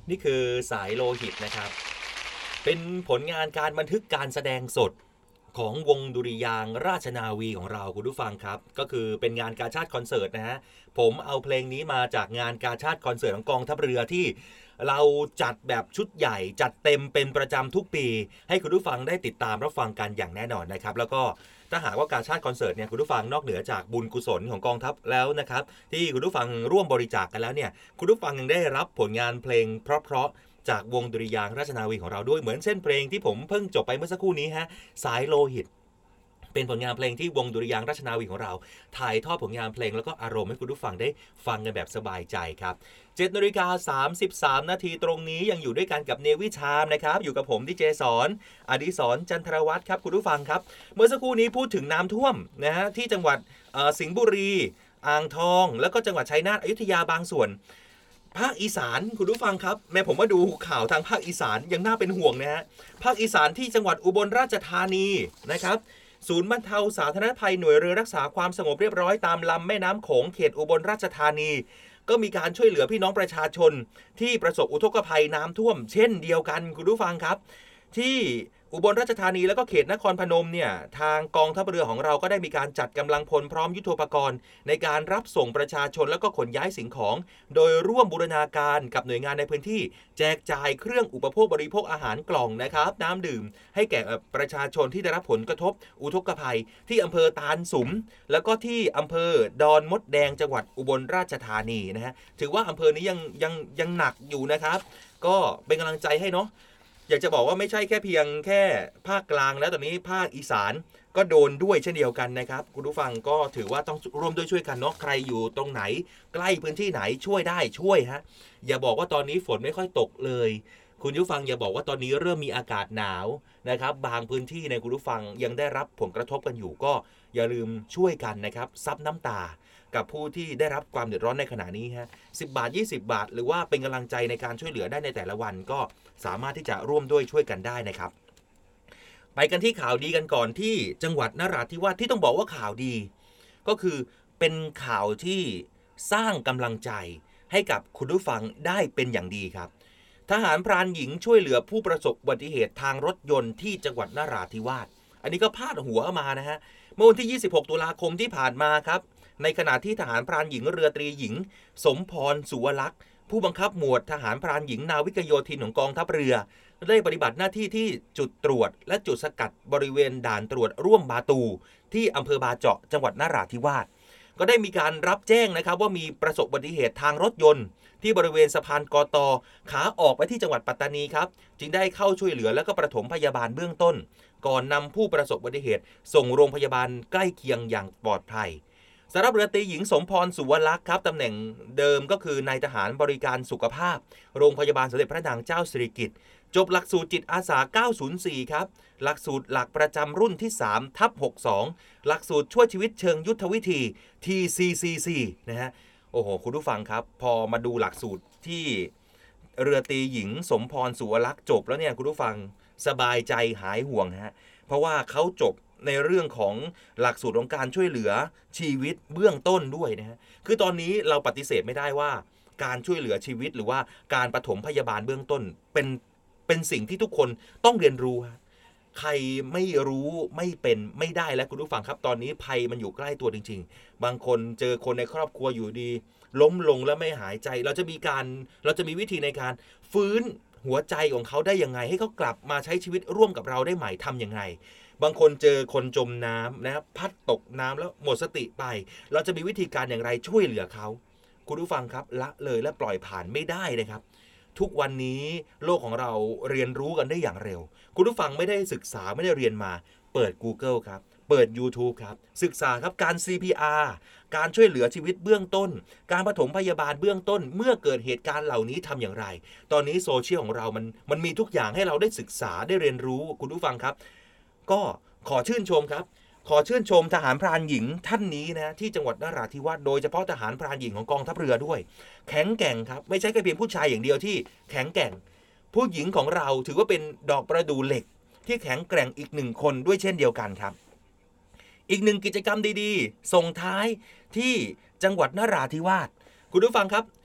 นี่คือสายโลหิตนะครับเป็นผลงานการบันทึกการแสดงสดของวงดุริยางค์ราชนาวีของเราคุณผู้ฟังครับก็คือเป็นงานกาชาดคอนเสิร์ตนะฮะผมเอาเพลงนี้มาจากงานกาชาดคอนเสิร์ตของกองทัพเรือที่เราจัดแบบชุดใหญ่จัดเต็มเป็นประจำทุกปีให้คุณผู้ฟังได้ติดตามรับฟังกันอย่างแน่นอนนะครับแล้วก็ถ้าหากว่ากาชาดคอนเสิร์ตเนี่ยคุณผู้ฟังนอกเหนือจากบุญกุศลของกองทัพแล้วนะครับที่คุณผู้ฟังร่วมบริจาคกันแล้วเนี่ยคุณผู้ฟังยังได้รับผลงานเพลงเพราะๆจากวงดุริยางค์ราชนาวีของเราด้วยเหมือนเช่นเพลงที่ผมเพิ่งจบไปเมื่อสักครู่นี้ฮะสายโลหิตเป็นผลงานเพลงที่วงดุริยางค์ราชนาวีของเราถ่ายทอดผลงานเพลงแล้วก็อารมณ์ให้คุณผู้ฟังได้ฟังกันแบบสบายใจครับเจ็ดนาฬิกาสามสิบสามนาทีตรงนี้ยังอยู่ด้วยกันกับเนวิชามนะครับอยู่กับผมดีเจสอนอดิศรจันทรวัฒน์ครับคุณผู้ฟังครับเมื่อสักครู่นี้พูดถึงน้ำท่วมนะฮะที่จังหวัดสิงห์บุรีอ่างทองแล้วก็จังหวัดชัยนาทอยุธยาบางส่วนภาคอีสานคุณผู้ฟังครับแม้ผมมาดูข่าวทางภาคอีสานยังน่าเป็นห่วงนะฮะภาคอีสานที่จังหวัดอุบลราชธานีนะครับศูนย์บรรเทาสาธารณภัยหน่วยเรือรักษาความสงบเรียบร้อยตามลำแม่น้ำโขงเขตอุบลราชธานีก็มีการช่วยเหลือพี่น้องประชาชนที่ประสบอุทกภัยน้ำท่วมเช่นเดียวกันคุณผู้ฟังครับที่อุบลราชธานีแล้วก็เขตนครพนมเนี่ยทางกองทัพเรือของเราก็ได้มีการจัดกำลังพลพร้อมยุทโธปกรณ์ในการรับส่งประชาชนแล้วก็ขนย้ายสิ่งของโดยร่วมบูรณาการกับหน่วยงานในพื้นที่แจกจ่ายเครื่องอุปโภคบริโภคอาหารกล่องนะครับน้ำดื่มให้แก่ประชาชนที่ได้รับผลกระทบอุทกภัยที่อำเภอตาลสุมแล้วก็ที่อำเภอดอนมดแดงจังหวัดอุบลราชธานีนะฮะถือว่าอำเภอนี้ยังยังยังหนักอยู่นะครับก็เป็นกำลังใจให้เนาะอยากจะบอกว่าไม่ใช่แค่เพียงแค่ภาคกลางแล้วตอนนี้ภาคอีสานก็โดนด้วยเช่นเดียวกันนะครับคุณผู้ฟังก็ถือว่าต้องร่วมด้วยช่วยกันเนาะใครอยู่ตรงไหนใกล้พื้นที่ไหนช่วยได้ช่วยฮะอย่าบอกว่าตอนนี้ฝนไม่ค่อยตกเลยคุณผู้ฟังอย่าบอกว่าตอนนี้เริ่มมีอากาศหนาวนะครับบางพื้นที่ในคุณผู้ฟังยังได้รับผลกระทบกันอยู่ก็อย่าลืมช่วยกันนะครับซับน้ำตากับผู้ที่ได้รับความเดือดร้อนในขณะนี้ฮะสิบบาทยี่สิบบาทหรือว่าเป็นกำลังใจในการช่วยเหลือได้ในแต่ละวันก็สามารถที่จะร่วมด้วยช่วยกันได้นะครับไปกันที่ข่าวดีกันก่อนที่จังหวัดนราธิวาสที่ต้องบอกว่าข่าวดีก็คือเป็นข่าวที่สร้างกำลังใจให้กับคุณผู้ฟังได้เป็นอย่างดีครับทหารพรานหญิงช่วยเหลือผู้ประสบอุบัติเหตุทางรถยนต์ที่จังหวัดนราธิวาสอันนี้ก็พาดหัวมานะฮะเมื่อวันที่ยี่สิบหกตุลาคมที่ผ่านมาครับในขณะที่ทหารพรานหญิงเรือตรีหญิงสมพรสุวลักษณ์ผู้บังคับหมวดทหารพรานหญิงนาวิกโยธินของกองทัพเรือได้ปฏิบัติหน้าที่ที่จุดตรวจและจุดสกัดบริเวณด่านตรวจร่วมบาตูที่อำเภอบาเจาะจังหวัดนราธิวาสก็ได้มีการรับแจ้งนะครับว่ามีประสบอุบัติเหตุทางรถยนต์ที่บริเวณสะพานกต.ขาออกไปที่จังหวัดปัตตานีครับจึงได้เข้าช่วยเหลือและก็ปฐมพยาบาลเบื้องต้นก่อนนำผู้ประสบอุบัติเหตุส่งโรงพยาบาลใกล้เคียงอย่างปลอดภัยสำหรับเรือตรีหญิงสมพรสุวลักษณ์ครับตำแหน่งเดิมก็คือนายทหารบริการสุขภาพโรงพยาบาลสมเด็จพระนางเจ้าสิริกิติ์จบหลักสูตรจิตอาสาเก้าศูนย์สี่ครับหลักสูตรหลักประจำรุ่นที่ สามทับหกสิบสอง หลักสูตรช่วยชีวิตเชิงยุทธวิธี ที ซี ซี ซี นะฮะโอ้โหคุณผู้ฟังครับพอมาดูหลักสูตรที่เรือตรีหญิงสมพรสุวลักษณ์จบแล้วเนี่ยคุณผู้ฟังสบายใจหายห่วงฮะเพราะว่าเขาจบในเรื่องของหลักสูตรของการช่วยเหลือชีวิตเบื้องต้นด้วยนะฮะคือตอนนี้เราปฏิเสธไม่ได้ว่าการช่วยเหลือชีวิตหรือว่าการปฐมพยาบาลเบื้องต้นเป็นเป็นสิ่งที่ทุกคนต้องเรียนรู้ใครไม่รู้ไม่เป็นไม่ได้แล้วคุณผู้ฟังครับตอนนี้ภัยมันอยู่ใกล้ตัวจริงๆบางคนเจอคนในครอบครัวอยู่ดีล้มลงแล้วไม่หายใจเราจะมีการเราจะมีวิธีในการฟื้นหัวใจของเขาได้ยังไงให้เขากลับมาใช้ชีวิตร่วมกับเราได้ใหม่ทำยังไงบางคนเจอคนจมน้ำนะครับพัดตกน้ำแล้วหมดสติไปเราจะมีวิธีการอย่างไรช่วยเหลือเขาคุณผู้ฟังครับละเลยและปล่อยผ่านไม่ได้นะครับทุกวันนี้โลกของเราเรียนรู้กันได้อย่างเร็วคุณผู้ฟังไม่ได้ศึกษาไม่ได้เรียนมาเปิด Google ครับเปิด YouTube ครับศึกษาครับการ ซี พี อาร์ การช่วยเหลือชีวิตเบื้องต้นการปฐมพยาบาลเบื้องต้นเมื่อเกิดเหตุการณ์เหล่านี้ทำอย่างไรตอนนี้โซเชียลของเรามันมันมีทุกอย่างให้เราได้ศึกษาได้เรียนรู้คุณผู้ฟังครับก็ขอชื่นชมครับขอชื่นชมทหารพรานหญิงท่านนี้นะที่จังหวัดนราธิวาสโดยเฉพาะทหารพรานหญิงของกองทัพเรือด้วยแข็งแกร่งครับไม่ใช่แค่เพียงผู้ชายอย่างเดียวที่แข็งแกร่งผู้หญิงของเราถือว่าเป็นดอกประดู่เหล็กที่แข็งแกร่งอีกหนึ่งคนด้วยเช่นเดียวกันครับอีกหนึ่งกิจกรรมดีๆส่งท้ายที่จังหวัดนราธิวาสคุณผู้ฟังครับ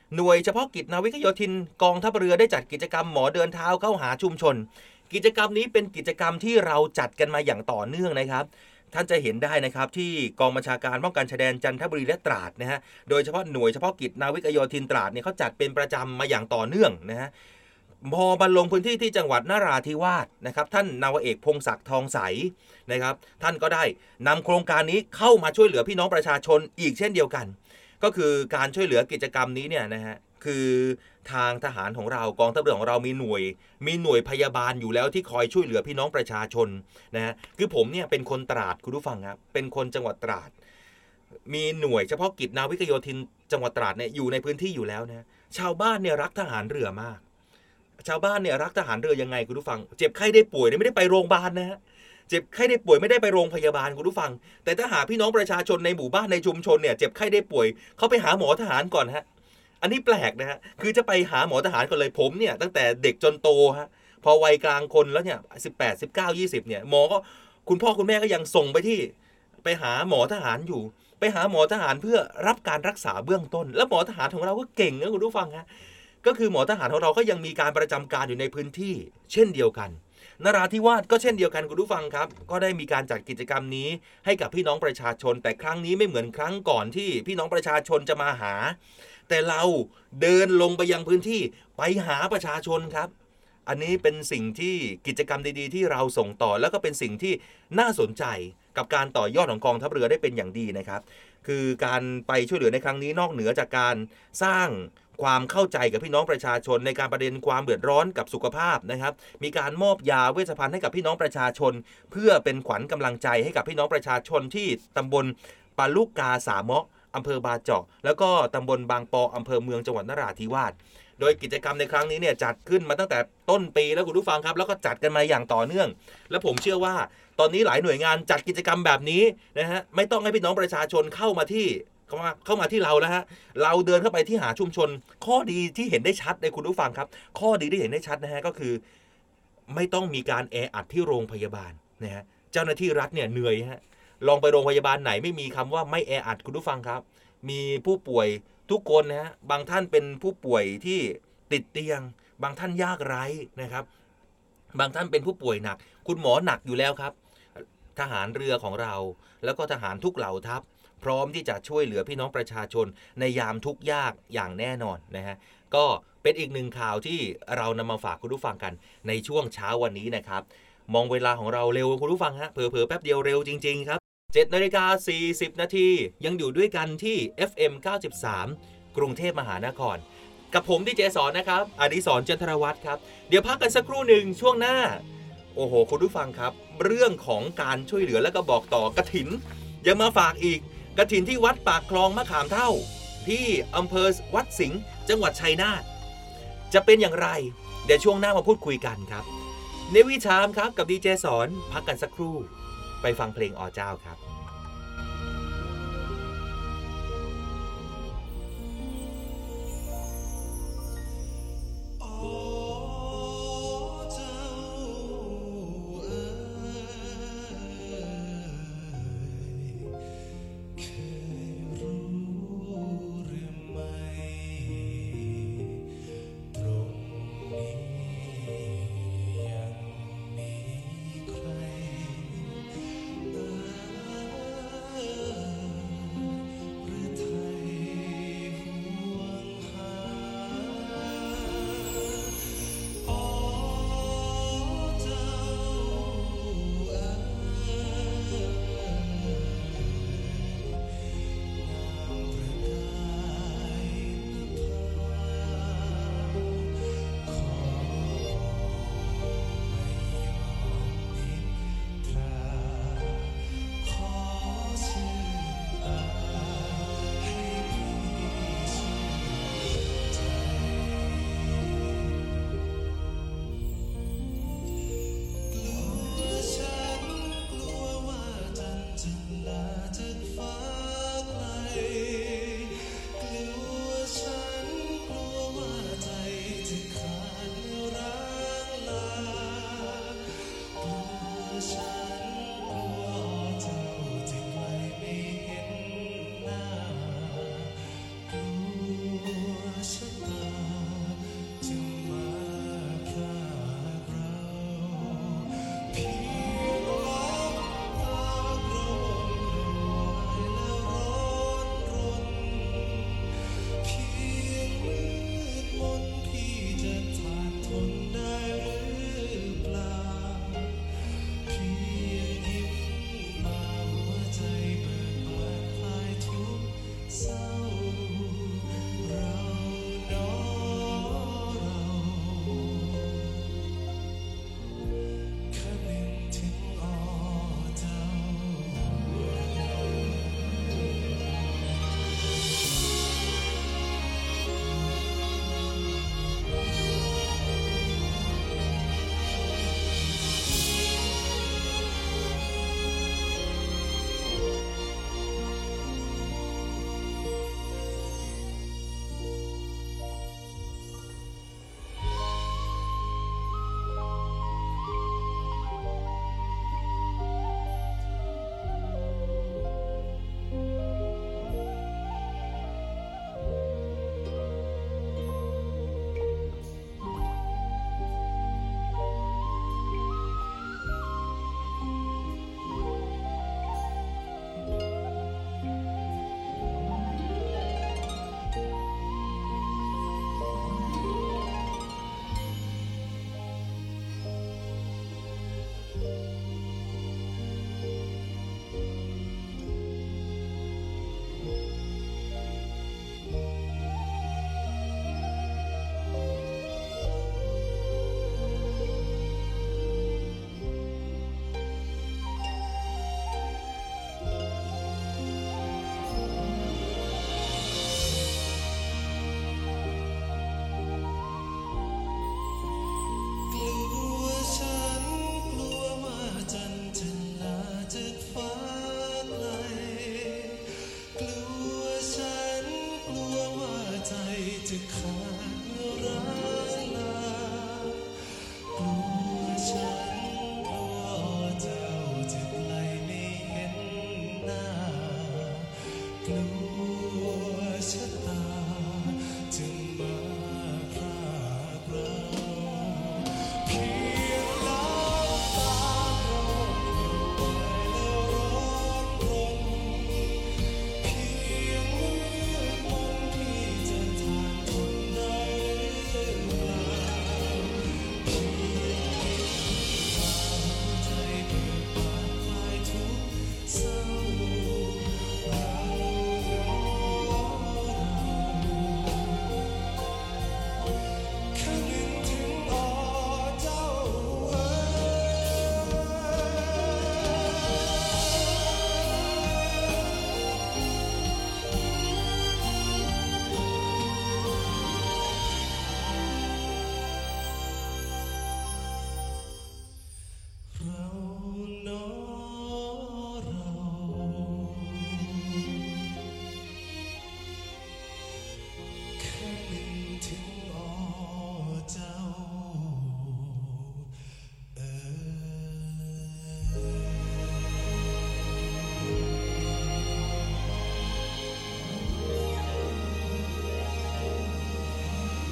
หน่วยเฉพาะกิจนาวิกโยธินกองทัพเรือได้จัดกิจกรรมหมอเดินเท้าเข้าหาชุมชนกิจกรรมนี้เป็นกิจกรรมที่เราจัดกันมาอย่างต่อเนื่องนะครับท่านจะเห็นได้นะครับที่กองบัญชาการป้องกันชายแดนจันทบุรีและตราดนะฮะโดยเฉพาะหน่วยเฉพาะกิจนาวิกโยธินตราดเนี่ยเขาจัดเป็นประจำมาอย่างต่อเนื่องนะฮะพอมาลงพื้นที่ที่จังหวัดนราธิวาสนะครับท่านนาวาเอกพงศักดิ์ทองใสนะครับท่านก็ได้นำโครงการนี้เข้ามาช่วยเหลือพี่น้องประชาชนอีกเช่นเดียวกันก็คือการช่วยเหลือกิจกรรมนี้เนี่ยนะฮะคือทางทหารของเรากองทัพเรือของเรามีหน่วยมีหน่วยพยาบาลอยู่แล้วที่คอยช่วยเหลือพี่น้องประชาชนนะฮะคือผมเนี่ยเป็นคนตราดคุณผู้ฟังครับเป็นคนจังหวัดตราดมีหน่วยเฉพาะกิจนาวิกโยธินจังหวัดตราดเนี่ยอยู่ในพื้นที่อยู่แล้วนะชาวบ้านเนี่ยรักทหารเรือมากชาวบ้านเนี่ยรักทหารเรือยังไงคุณผู้ฟังเจ็บไข้ได้ป่วยเนี่ยไม่ได้ไปโรงพยาบาลนะฮะเจ็บไข้ได้ป่วยไม่ได้ไปโรงพยาบาลคุณผู้ฟังแต่ถ้าหาพี่น้องประชาชนในหมู่บ้านในชุมชนเนี่ยเจ็บไข้ได้ป่วยเขาไปหาหมอทหารก่อนฮะอันนี้แปลกนะฮะคือจะไปหาหมอทหารก่อนเลยผมเนี่ยตั้งแต่เด็กจนโตฮะพอวัยกลางคนแล้วเนี่ยสิบแปด สิบเก้า ยี่สิบเนี่ยหมอก็คุณพ่อคุณแม่ก็ยังส่งไปที่ไปหาหมอทหารอยู่ไปหาหมอทหารเพื่อรับการรักษาเบื้องต้นแล้วหมอทหารของเราก็เก่งนะคุณผู้ฟังฮะก็คือหมอทหารของเราก็ยังมีการประจำการอยู่ในพื้นที่เช่นเดียวกันนราธิวาสก็เช่นเดียวกันคุณผู้ฟังครับก็ได้มีการจัดกิจกรรมนี้ให้กับพี่น้องประชาชนแต่ครั้งนี้ไม่เหมือนครั้งก่อนที่พี่น้องประชาชนจะมาหาแต่เราเดินลงไปยังพื้นที่ไปหาประชาชนครับอันนี้เป็นสิ่งที่กิจกรรมดีๆที่เราส่งต่อแล้วก็เป็นสิ่งที่น่าสนใจกับการต่อยอดของกองทัพเรือได้เป็นอย่างดีนะครับคือการไปช่วยเหลือในครั้งนี้นอกเหนือจากการสร้างความเข้าใจกับพี่น้องประชาชนในการประเด็นความเดือดร้อนกับสุขภาพนะครับมีการมอบยาเวชภัณฑ์ให้กับพี่น้องประชาชนเพื่อเป็นขวัญกำลังใจให้กับพี่น้องประชาชนที่ตำบลปาลูกกาสามเมาะอำเภอบาเจาะแล้วก็ตำบลบางปออำเภอเมืองจังหวัดนราธิวาสโดยกิจกรรมในครั้งนี้เนี่ยจัดขึ้นมาตั้งแต่ต้นปีแล้วคุณผู้ฟังครับแล้วก็จัดกันมาอย่างต่อเนื่องและผมเชื่อว่าตอนนี้หลายหน่วยงานจัดกิจกรรมแบบนี้นะฮะไม่ต้องให้พี่น้องประชาชนเข้ามาที่เข้ามาเข้ามาที่เราแล้วฮะเราเดินเข้าไปที่หาชุมชนข้อดีที่เห็นได้ชัดในคุณผู้ฟังครับข้อดีที่เห็นได้ชัดนะฮะก็คือไม่ต้องมีการแออัดที่โรงพยาบาลนะฮะเจ้าหน้าที่รัฐเนี่ยเหนื่อยฮะลองไปโรงพยาบาลไหนไม่มีคำว่าไม่แออัดคุณผู้ฟังครับมีผู้ป่วยทุกคนนะฮะบางท่านเป็นผู้ป่วยที่ติดเตียงบางท่านยากไร้นะครับบางท่านเป็นผู้ป่วยหนักคุณหมอหนักอยู่แล้วครับทหารเรือของเราแล้วก็ทหารทุกเหล่าทัพพร้อมที่จะช่วยเหลือพี่น้องประชาชนในยามทุกข์ยากอย่างแน่นอนนะฮะก็เป็นอีกหนึ่งข่าวที่เรานำมาฝากคุณผู้ฟังกันในช่วงเช้าวันนี้นะครับมองเวลาของเราเร็วคุณผู้ฟังฮะเผลอๆแป๊บเดียวเร็วจริงๆครับเจ็ดนาฬิกาสี่สิบนาทียังอยู่ด้วยกันที่ เอฟ เอ็ม เก้าสิบสาม กรุงเทพมหานครกับผมดีเจสอนนะครับอดิศรจันทรวัฒน์ครับเดี๋ยวพักกันสักครู่หนึ่งช่วงหน้าโอ้โหคุณผู้ฟังครับเรื่องของการช่วยเหลือและก็บอกต่อกฐินยังมาฝากอีกกฐินที่วัดปากคลองมะขามเท่าที่อำเภอวัดสิงห์จังหวัดชัยนาทจะเป็นอย่างไรเดี๋ยวช่วงหน้ามาพูดคุยกันครับเนวิชามครับกับดีเจสอนพักกันสักครู่ไปฟังเพลงอเจ้าครับใคร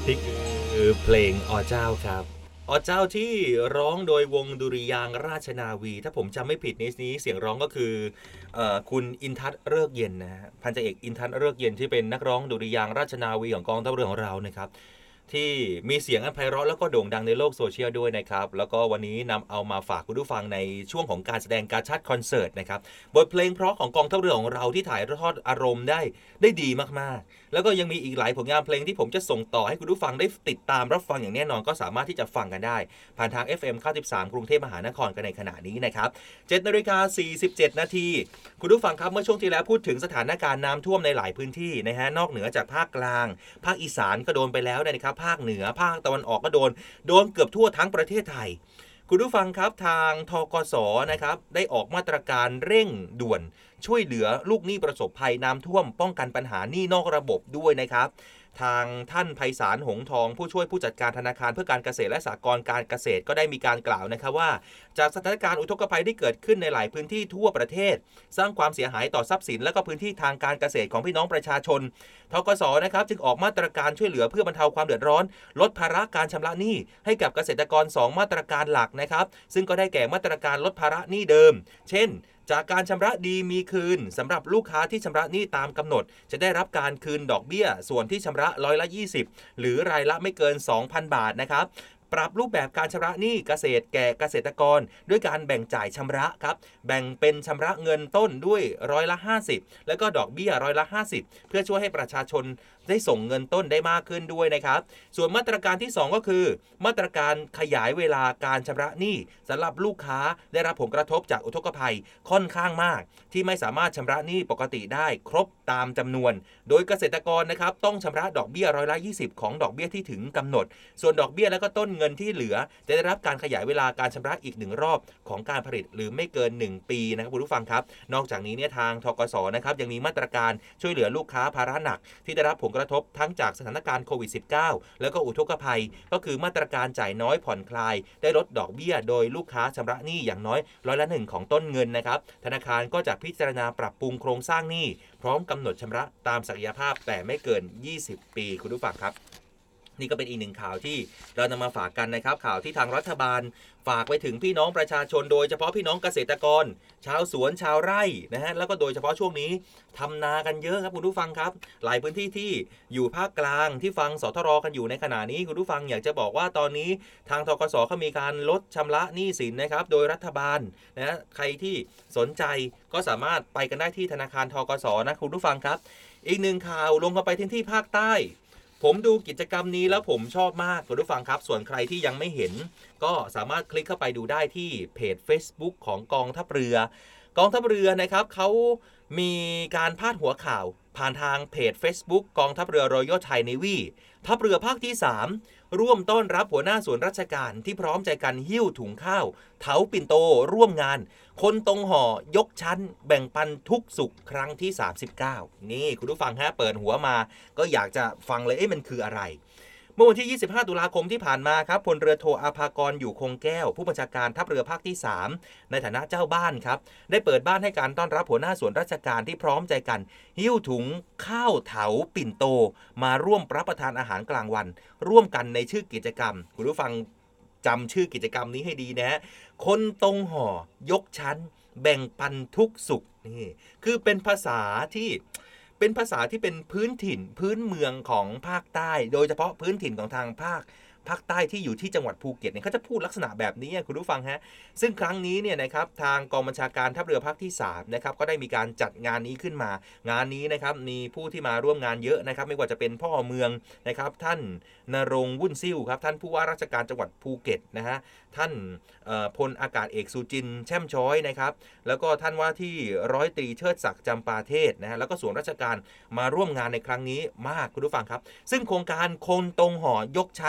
นี่คือเพลงอเจ้าครับอเจ้าที่ร้องโดยวงดุริยางค์ราชนาวีถ้าผมจำไม่ผิดนี้นี้เสียงร้องก็คือเอ่อคุณอินทัศน์เลิกเย็นนะฮะพันจ่าเอกอินทัศน์เลิกเย็นที่เป็นนักร้องดุริยางค์ราชนาวีของกองทัพเรือของเรานะครับที่มีเสียงอันไพเราะแล้วก็โด่งดังในโลกโซเชียลด้วยนะครับแล้วก็วันนี้นำเอามาฝากคุณผู้ฟังในช่วงของการแสดงการ์ชัดคอนเสิร์ตนะครับบทเพลงเพราะของกองทัพเรือของเราที่ถ่ายทอดอารมณ์ได้ได้ดีมากๆแล้วก็ยังมีอีกหลายผลงานเพลงที่ผมจะส่งต่อให้คุณผู้ฟังได้ติดตามรับฟังอย่างแน่นอนก็สามารถที่จะฟังกันได้ผ่านทาง เอฟ เอ็ม เก้าสิบสาม กรุงเทพมหานครกันในขณะนี้นะครับ เจ็ดนาฬิกาสี่สิบเจ็ดนาทีคุณผู้ฟังครับเมื่อช่วงที่แล้วพูดถึงสถานการณ์น้ำท่วมในหลายพื้นที่นะฮะนอกเหนือจากภาคกลางภาคอีสานก็โดนไปแล้วนะครับภาคเหนือภาคตะวันออกก็โดนโดนเกือบทั่วทั้งประเทศไทยคุณผู้ฟังครับทางธกสนะครับได้ออกมาตรการเร่งด่วนช่วยเหลือลูกหนี้ประสบภัยน้ำท่วมป้องกันปัญหาหนี้นอกระบบด้วยนะครับทางท่านไพศาลหงทองผู้ช่วยผู้จัดการธนาคารเพื่อการเกษตรและสหกรณ์การเกษตรก็ได้มีการกล่าวนะครับว่าจากสถานการณ์อุทกภัยที่เกิดขึ้นในหลายพื้นที่ทั่วประเทศสร้างความเสียหายต่อทรัพย์สินและก็พื้นที่ทางการเกษตรของพี่น้องประชาชนธกสนะครับจึงออกมาตรการช่วยเหลือเพื่อบรรเทาความเดือดร้อนลดภาระการชำระหนี้ให้กับเกษตรกรสองมาตรการหลักนะครับซึ่งก็ได้แก่มาตรการลดภาระหนี้เดิมเช่นจากการชำระดีมีคืนสำหรับลูกค้าที่ชำระหนี้ตามกำหนดจะได้รับการคืนดอกเบี้ยส่วนที่ชำระร้อยละยี่สิบหรือรายละไม่เกิน สองพัน บาทนะครับปรับรูปแบบการชำระหนี้เกษตรแก่เกษตรกรด้วยการแบ่งจ่ายชำระครับแบ่งเป็นชำระเงินต้นด้วยร้อยละห้าสิบแล้วก็ดอกเบี้ยร้อยละห้าสิบเพื่อช่วยให้ประชาชนได้ส่งเงินต้นได้มากขึ้นด้วยนะครับส่วนมาตรการที่สองก็คือมาตรการขยายเวลาการชำระหนี้สำหรับลูกค้าได้รับผลกระทบจากอุทกภัยค่อนข้างมากที่ไม่สามารถชำระหนี้ปกติได้ครบตามจำนวนโดยเกษตรกรนะครับต้องชำระดอกเบี้ยร้อยละยี่สิบของดอกเบี้ยที่ถึงกำหนดส่วนดอกเบี้ยแล้วก็ต้นเงินที่เหลือจะได้รับการขยายเวลาการชำระอีกหนึ่งรอบของการผลิตหรือไม่เกินหนึ่งปีนะครับคุณผู้ฟังครับนอกจากนี้เนี่ยทางธกสนะครับยังมีมาตรการช่วยเหลือลูกค้าภาระหนักที่ได้รับผลกระทบทั้งจากสถานการณ์โควิด สิบเก้า แล้วก็อุทกภัยก็คือมาตรการจ่ายน้อยผ่อนคลายได้ลดดอกเบี้ยโดยลูกค้าชำระหนี้อย่างน้อยร้อยละหนึ่งของต้นเงินนะครับธนาคารก็จะพิจารณาปรับปรุงโครงสร้างหนี้พร้อมกำหนดชำระตามศักยภาพแต่ไม่เกินยี่สิบปีคุณผู้ฟังครับนี่ก็เป็นอีกหนึ่งข่าวที่เรานำมาฝากกันนะครับข่าวที่ทางรัฐบาลฝากไปถึงพี่น้องประชาชนโดยเฉพาะพี่น้องเกษตรกรชาวสวนชาวไร่นะฮะแล้วก็โดยเฉพาะช่วงนี้ทำนากันเยอะครับคุณผู้ฟังครับหลายพื้นที่ที่อยู่ภาคกลางที่ฟังสทรกันอยู่ในขณะนี้คุณผู้ฟังอยากจะบอกว่าตอนนี้ทางธกสเขามีการลดชำระหนี้สินนะครับโดยรัฐบาลนะใครที่สนใจก็สามารถไปกันได้ที่ธนาคารธกสนะคุณผู้ฟังครับอีกหนึ่งข่าวลงกันไปที่ที่ภาคใต้ผมดูกิจกรรมนี้แล้วผมชอบมากคุณผู้ฟังครับส่วนใครที่ยังไม่เห็นก็สามารถคลิกเข้าไปดูได้ที่เพจ Facebook ของกองทัพเรือกองทัพเรือนะครับเขามีการพาดหัวข่าวผ่านทางเพจ Facebook กองทัพเรือ Royal Thai Navy ทัพเรือภาคที่สามร่วมต้อนรับหัวหน้าส่วนราชการที่พร้อมใจกันหิ้วถุงข้าวเถาปิ่นโตร่วมงานคนตรงห่อยกชั้นแบ่งปันทุกสุขครั้งที่สามสิบเก้านี่คุณผู้ฟังฮะเปิดหัวมาก็อยากจะฟังเลยเอ๊ะมันคืออะไรเมื่อวันที่ยี่สิบห้าตุลาคมที่ผ่านมาครับพลเรือโทอาภากรอยู่คงแก้วผู้บัญชาการทัพเรือภาคที่สามในฐานะเจ้าบ้านครับได้เปิดบ้านให้การต้อนรับหัวหน้าส่วนราชการที่พร้อมใจกันหิ้วถุงข้าวเถาปิ่นโตมาร่วมรับประทานอาหารกลางวันร่วมกันในชื่อกิจกรรมคุณผู้ฟังจำชื่อกิจกรรมนี้ให้ดีนะคนตรงห่อยกชั้นแบ่งปันทุกสุขนี่คือเป็นภาษาที่เป็นภาษาที่เป็นพื้นถิ่นพื้นเมืองของภาคใต้โดยเฉพาะพื้นถิ่นของทางภาคภาคใต้ที่อยู่ที่จังหวัดภูเก็ตเนี่ยเขาจะพูดลักษณะแบบนี้คุณผู้ฟังฮะซึ่งครั้งนี้เนี่ยนะครับทางกองบัญชาการทัพเรือภาคที่สามนะครับก็ได้มีการจัดงานนี้ขึ้นมางานนี้นะครับมีผู้ที่มาร่วมงานเยอะนะครับไม่ว่าจะเป็นพ่อเมืองนะครับท่านณรงค์วุ่นซิ่วครับท่านผู้ว่าราชการจังหวัดภูเก็ตนะฮะท่านพลอากาศเอกสุจินแช่มช้อยนะครับแล้วก็ท่านว่าที่ร้อยตรีเชิดศักดิ์จำปาเทศนะฮะแล้วก็ส่วนราชการมาร่วมงานในครั้งนี้มากคุณผู้ฟังครับซึ่งโครงการคนตรงห่อยกชั้นแบ่ง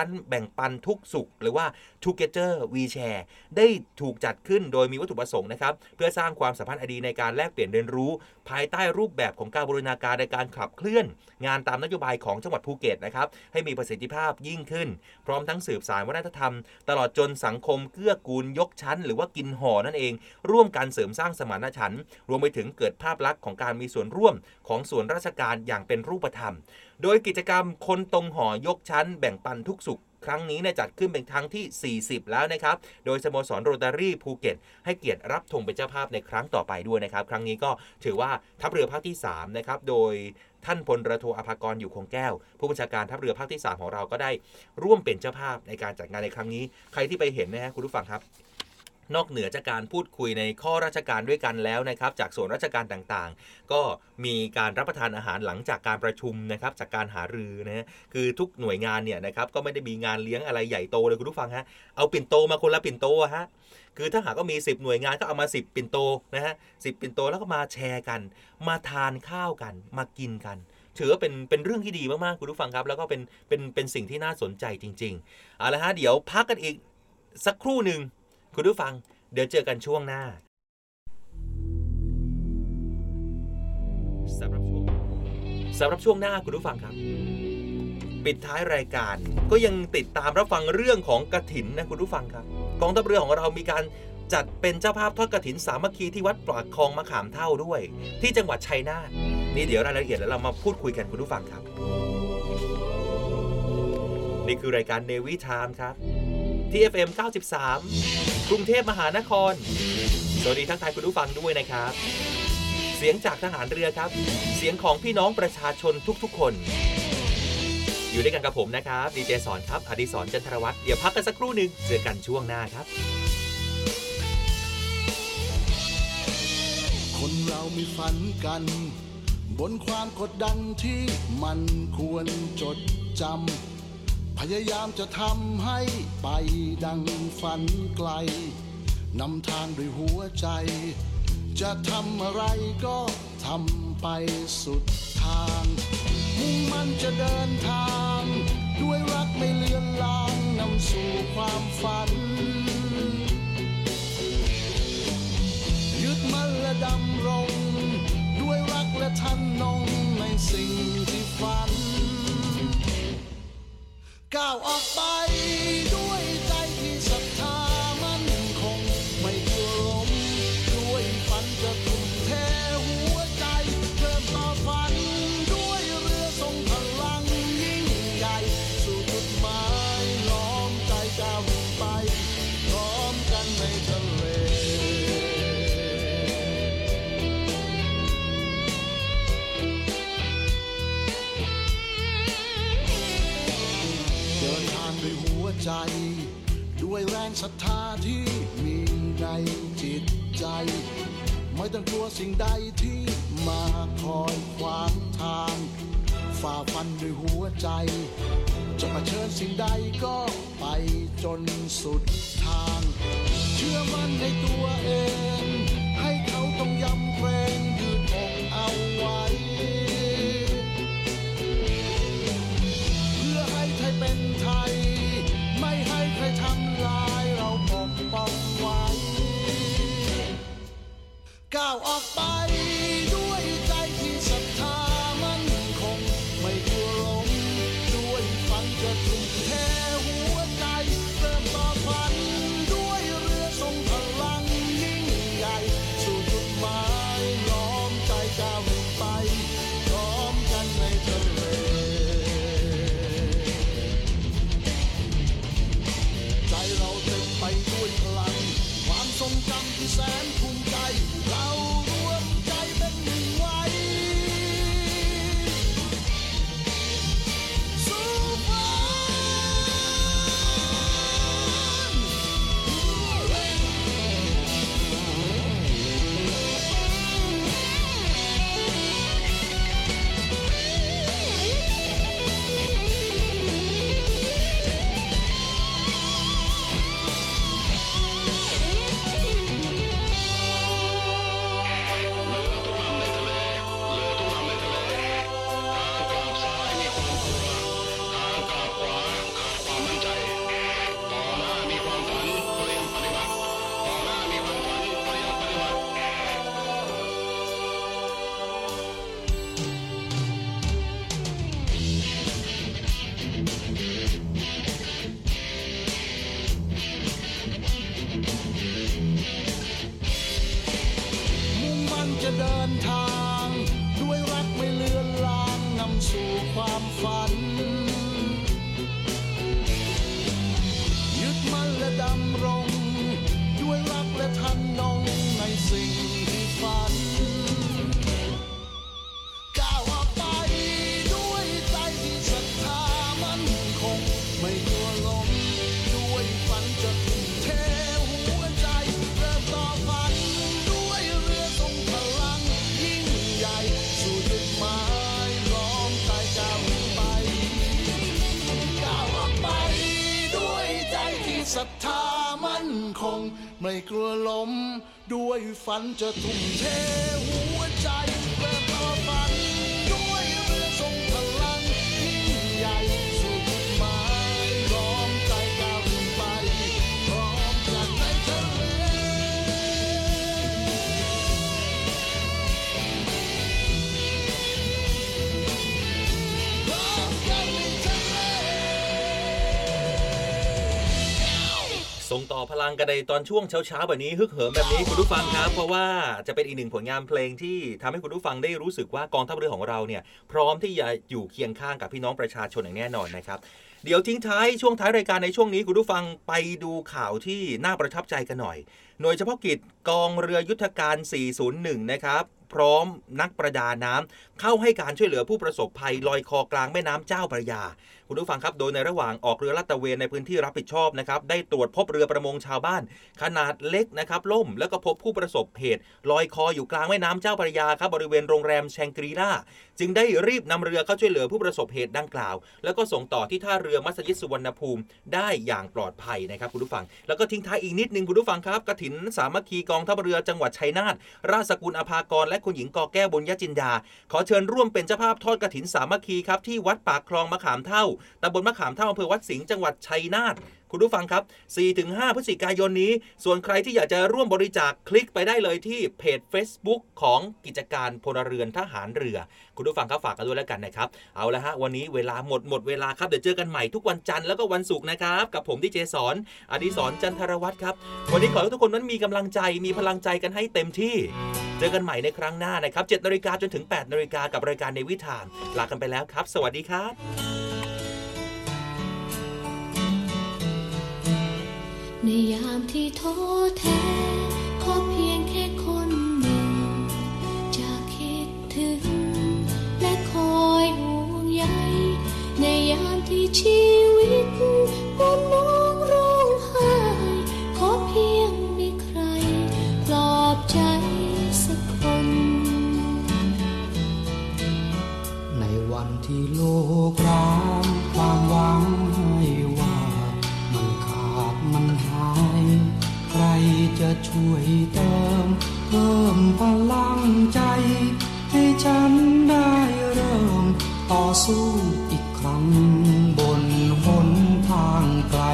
ปันทุกสุขหรือว่า Together We Share ได้ถูกจัดขึ้นโดยมีวัตถุประสงค์นะครับเพื่อสร้างความสัมพันธ์อันดีในการแลกเปลี่ยนเรียนรู้ภายใต้รูปแบบของการบูรณาการในการขับเคลื่อนงานตามนโยบายของจังหวัดภูเก็ตนะครับให้มีประสิทธิภาพยิ่งขึ้นพร้อมทั้งสืบสานวัฒนธรรมตลอดจนสังคมเกื้อกูลยกชั้นหรือว่ากินห่อนั่นเองร่วมกันเสริมสร้างสมานฉันท์รวมไปถึงเกิดภาพลักษณ์ของการมีส่วนร่วมของส่วนราชการอย่างเป็นรูปธรรมโดยกิจกรรมคนตรงห่อยกชั้นแบ่งปันทุกสุขครั้งนี้เนี่ยจัดขึ้นเป็นครั้งที่สี่สิบแล้วนะครับโดยสโมสรโรตารี่ภูเก็ตให้เกียรติรับธงเป็นเจ้าภาพในครั้งต่อไปด้วยนะครับครั้งนี้ก็ถือว่าทัพเรือภาคที่สามนะครับโดยท่านพลเรือโทอภากรอยู่คงแก้วผู้บัญชาการทัพเรือภาคที่สามของเราก็ได้ร่วมเป็นเจ้าภาพในการจัดงานในครั้งนี้ใครที่ไปเห็นนะฮะคุณผู้ฟังครับนอกเหนือจากการพูดคุยในข้อราชการด้วยกันแล้วนะครับจากส่วนราชการต่างๆก็มีการรับประทานอาหารหลังจากการประชุมนะครับจากการหารือนะฮะคือทุกหน่วยงานเนี่ยนะครับก็ไม่ได้มีงานเลี้ยงอะไรใหญ่โตเลยคุณผู้ฟังฮะเอาปิ่นโตมาคนละปิ่นโตฮะคือถ้าหากก็มีสิบหน่วยงานก็เอามาสิบปิ่นโตนะฮะสิบปิ่นโตแล้วก็มาแชร์กันมาทานข้าวกันมากินกันถือว่าเป็นเป็นเรื่องที่ดีมากๆคุณผู้ฟังครับแล้วก็เป็นเป็นเป็นสิ่งที่น่าสนใจจริงๆเอาละฮะเดี๋ยวพักกันอีกสักครู่นึงคุณผู้ฟังเดี๋ยวเจอกันช่วงหน้าสำหรับช่วงสำหรับช่วงหน้าคุณผู้ฟังครับปิดท้ายรายการก็ยังติดตามรับฟังเรื่องของกฐินนะคุณผู้ฟังครับกองทัพเรือของเรามีการจัดเป็นเจ้าภาพทอดกฐินสามัคคีที่วัดปากคลองมะขามเท่าด้วยที่จังหวัดชัยนาทนี่เดี๋ยวรายละเอียดแล้วเรามาพูดคุยกันคุณผู้ฟังครับนี่คือรายการ Navy Time ครับที่ เอฟ เอ็ม เก้าสิบสามกรุงเทพมหานครสวัสดีทั้งทายคุณผู้ฟังด้วยนะครับเสียงจากทหารเรือครับเสียงของพี่น้องประชาชนทุกๆคนอยู่ด้วยกันกับผมนะครับดีเจสอนครับอดิศรจันทรวัฒน์เดี๋ยวพักกันสักครู่หนึ่งเจอกันช่วงหน้าครับคนเรามีฝันกันบนความกดดันที่มันควรจดจำพยายามจะทำให้ไปดังฝันไกลนำทางด้วยหัวใจจะทำอะไรก็ทำไปสุดทางมุ่งมั่นจะเดินทางด้วยรักไม่เลือนลางนำสู่ความฝันยึดมั่นและดำรงด้วยรักและทันนงในสิ่งที่ฝันก้าวออกไปด้วยใจที่ศรัทธามั่นคงไม่กลัวล้มด้วยฝันจะทุ่มเทหัวใจเริ่มต่อฝันด้วยเรือทรงพลังยิ่งใหญ่สู่จุดหมายล้อมใจก้าวไปพร้อมกันในทะเลใจด้วยแรงศรัทธาที่มีในจิตใจไม่ต้องกลัวสิ่งใดที่มาคอยขวางทางฝ่าฟันด้วยหัวใจจะเผชิญสิ่งใดก็ไปจนสุดทางเชื่อมั่นในตัวเองให้เขาต้องยำเกรงยืดอกเอาไว้เพื่อให้ไทยเป็นไทยไม่ให้ใครทำลายเราปกป้องไว้ก้าวออกไปด้วยใจที่ศรัทธามั่นคงไม่กลัวล้มด้วยฝันจะทุ่มเทหัวใจเริ่มต่อฝันด้วยเรือทรงพลังยิ่งใหญ่สู่จุดหมายล้อสู่ความฝันยึดมั่นและดำรงด้วยรักและทันนงในสิ่งที่ฝันก้าวออกไปด้วยใจที่ศรัทธามั่นคงไม่กลัวล้มด้วยฝันจะทุ่มเทหัวใจเริ่มต่อฝันด้วยเรือทรงพลังยิ่งใหญ่สู่จุดหมายล้อมใจก้าวไปก้าวออกไปด้วยใจที่ศรัทธามั่นคงไม่กลัวล้มด้วยฝันจะทุ่มเทหัวใจเริ่มต่อฝันด้วยเรือทรงพลังยิ่งใหญ่สู่จุดหมายล้อมใจก้าวไปพร้อมกันในทะเลพร้อมกันในทะเลส่งต่อพลังกันในตอนช่วงเช้าๆแบบนี้ฮึกเหิมแบบนี้คุณผู้ฟังครับเพราะว่าจะเป็นอีกหนึ่งผลงานเพลงที่ทำให้คุณผู้ฟังได้รู้สึกว่ากองทัพเรือของเราเนี่ยพร้อมที่จะอยู่เคียงข้างกับพี่น้องประชาชนอย่างแน่นอนนะครับเดี๋ยวทิ้งท้ายช่วงท้ายรายการในช่วงนี้คุณผู้ฟังไปดูข่าวที่น่าประทับใจกันหน่อยหน่วยเฉพาะกิจกองเรือยุทธการสี่ศูนย์หนึ่งนะครับพร้อมนักประดาน้ำเข้าให้การช่วยเหลือผู้ประสบภัยลอยคอกลางแม่น้ำเจ้าพระยาคุณผู้ฟังครับโดยในระหว่างออกเรือลาดตระเวนในพื้นที่รับผิดชอบนะครับได้ตรวจพบเรือประมงชาวบ้านขนาดเล็กนะครับล่มแล้วก็พบผู้ประสบเหตุลอยคออยู่กลางแม่น้ำเจ้าพระยาครับบริเวณโรงแรมแชงกรีล่าจึงได้รีบนำเรือเข้าช่วยเหลือผู้ประสบเหตุดังกล่าวแล้วก็ส่งต่อที่ท่าเรือมัสยิดสุวรรณภูมิได้อย่างปลอดภัยนะครับคุณผู้ฟังแล้วก็ทิ้งท้ายอีกนิดนึงคุณผู้ฟังครับกฐินสามัคคีกองทัพเรือจังหวัดชัยนาทราชสกุลอภากรและคุณหญิงกอแก้วบุญญจินดาขอเชิญร่วมเป็นเจ้าภาพทอดกฐินสามัคคีครับที่วัดปากคลองมะขามเท่าตำบลมะขามเท่าอำเภอวัดสิงห์จังหวัดชัยนาทคุณผู้ฟังครับ สี่ถึงห้า พฤศจิกายนนี้ส่วนใครที่อยากจะร่วมบริจาคคลิกไปได้เลยที่เพจ Facebook ของกิจการพลเรือนทหารเรือคุณผู้ฟังครับฝากกันด้วยแล้วกันนะครับเอาละฮะวันนี้เวลาหมดหมดเวลาครับเดี๋ยวเจอกันใหม่ทุกวันจันทร์แล้วก็วันศุกร์นะครับกับผมดีเจสอนอดิศรจันทรวัฒน์ครับวันนี้ขอให้ทุกคนนั้นมีกำลังใจมีพลังใจกันให้เต็มที่เจอกันใหม่ในครั้งหน้านะครับ เจ็ดนาฬิกาจนถึง แปดนาฬิกากับรายการในวิถีลากันไปแล้วครับสวัสดีครับในยามที่ท้อแท้ขอเพียงแค่คนหนึ่งจะคิดถึงและคอยห่วงใยในยามที่ชีวิตหมุนมองร้องไห้ขอเพียงมีใครปลอบใจสักคนในวันที่โลกร้างความหวังให้ว่ามันหายใครจะช่วยเติมเพิ่มพลังใจให้ฉันได้เริ่มต่อสู้อีกครั้งบนหนทางไกล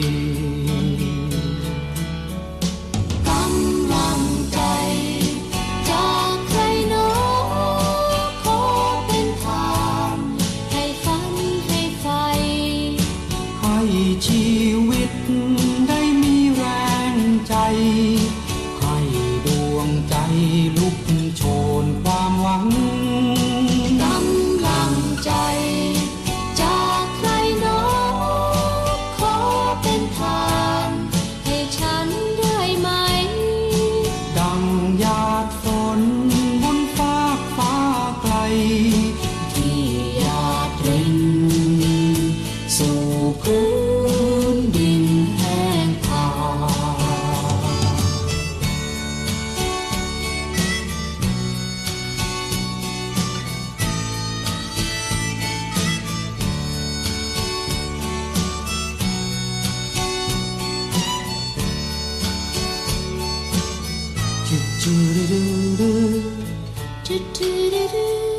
กำลังใจจากใครหนอขอเป็นทางให้ฝันให้ไฟให้ชีวิตได้มีแรงใจให้ดวงใจลุกโชนความหวังกำลังใจจากใครหนอขอเป็นทางให้ฉันได้ไหมดังหยาดฝนบนฟากฟ้าไกลที่หยาดรินสู่พื้นดินแห้งผากจุดจุดดูดูจุดจุดดู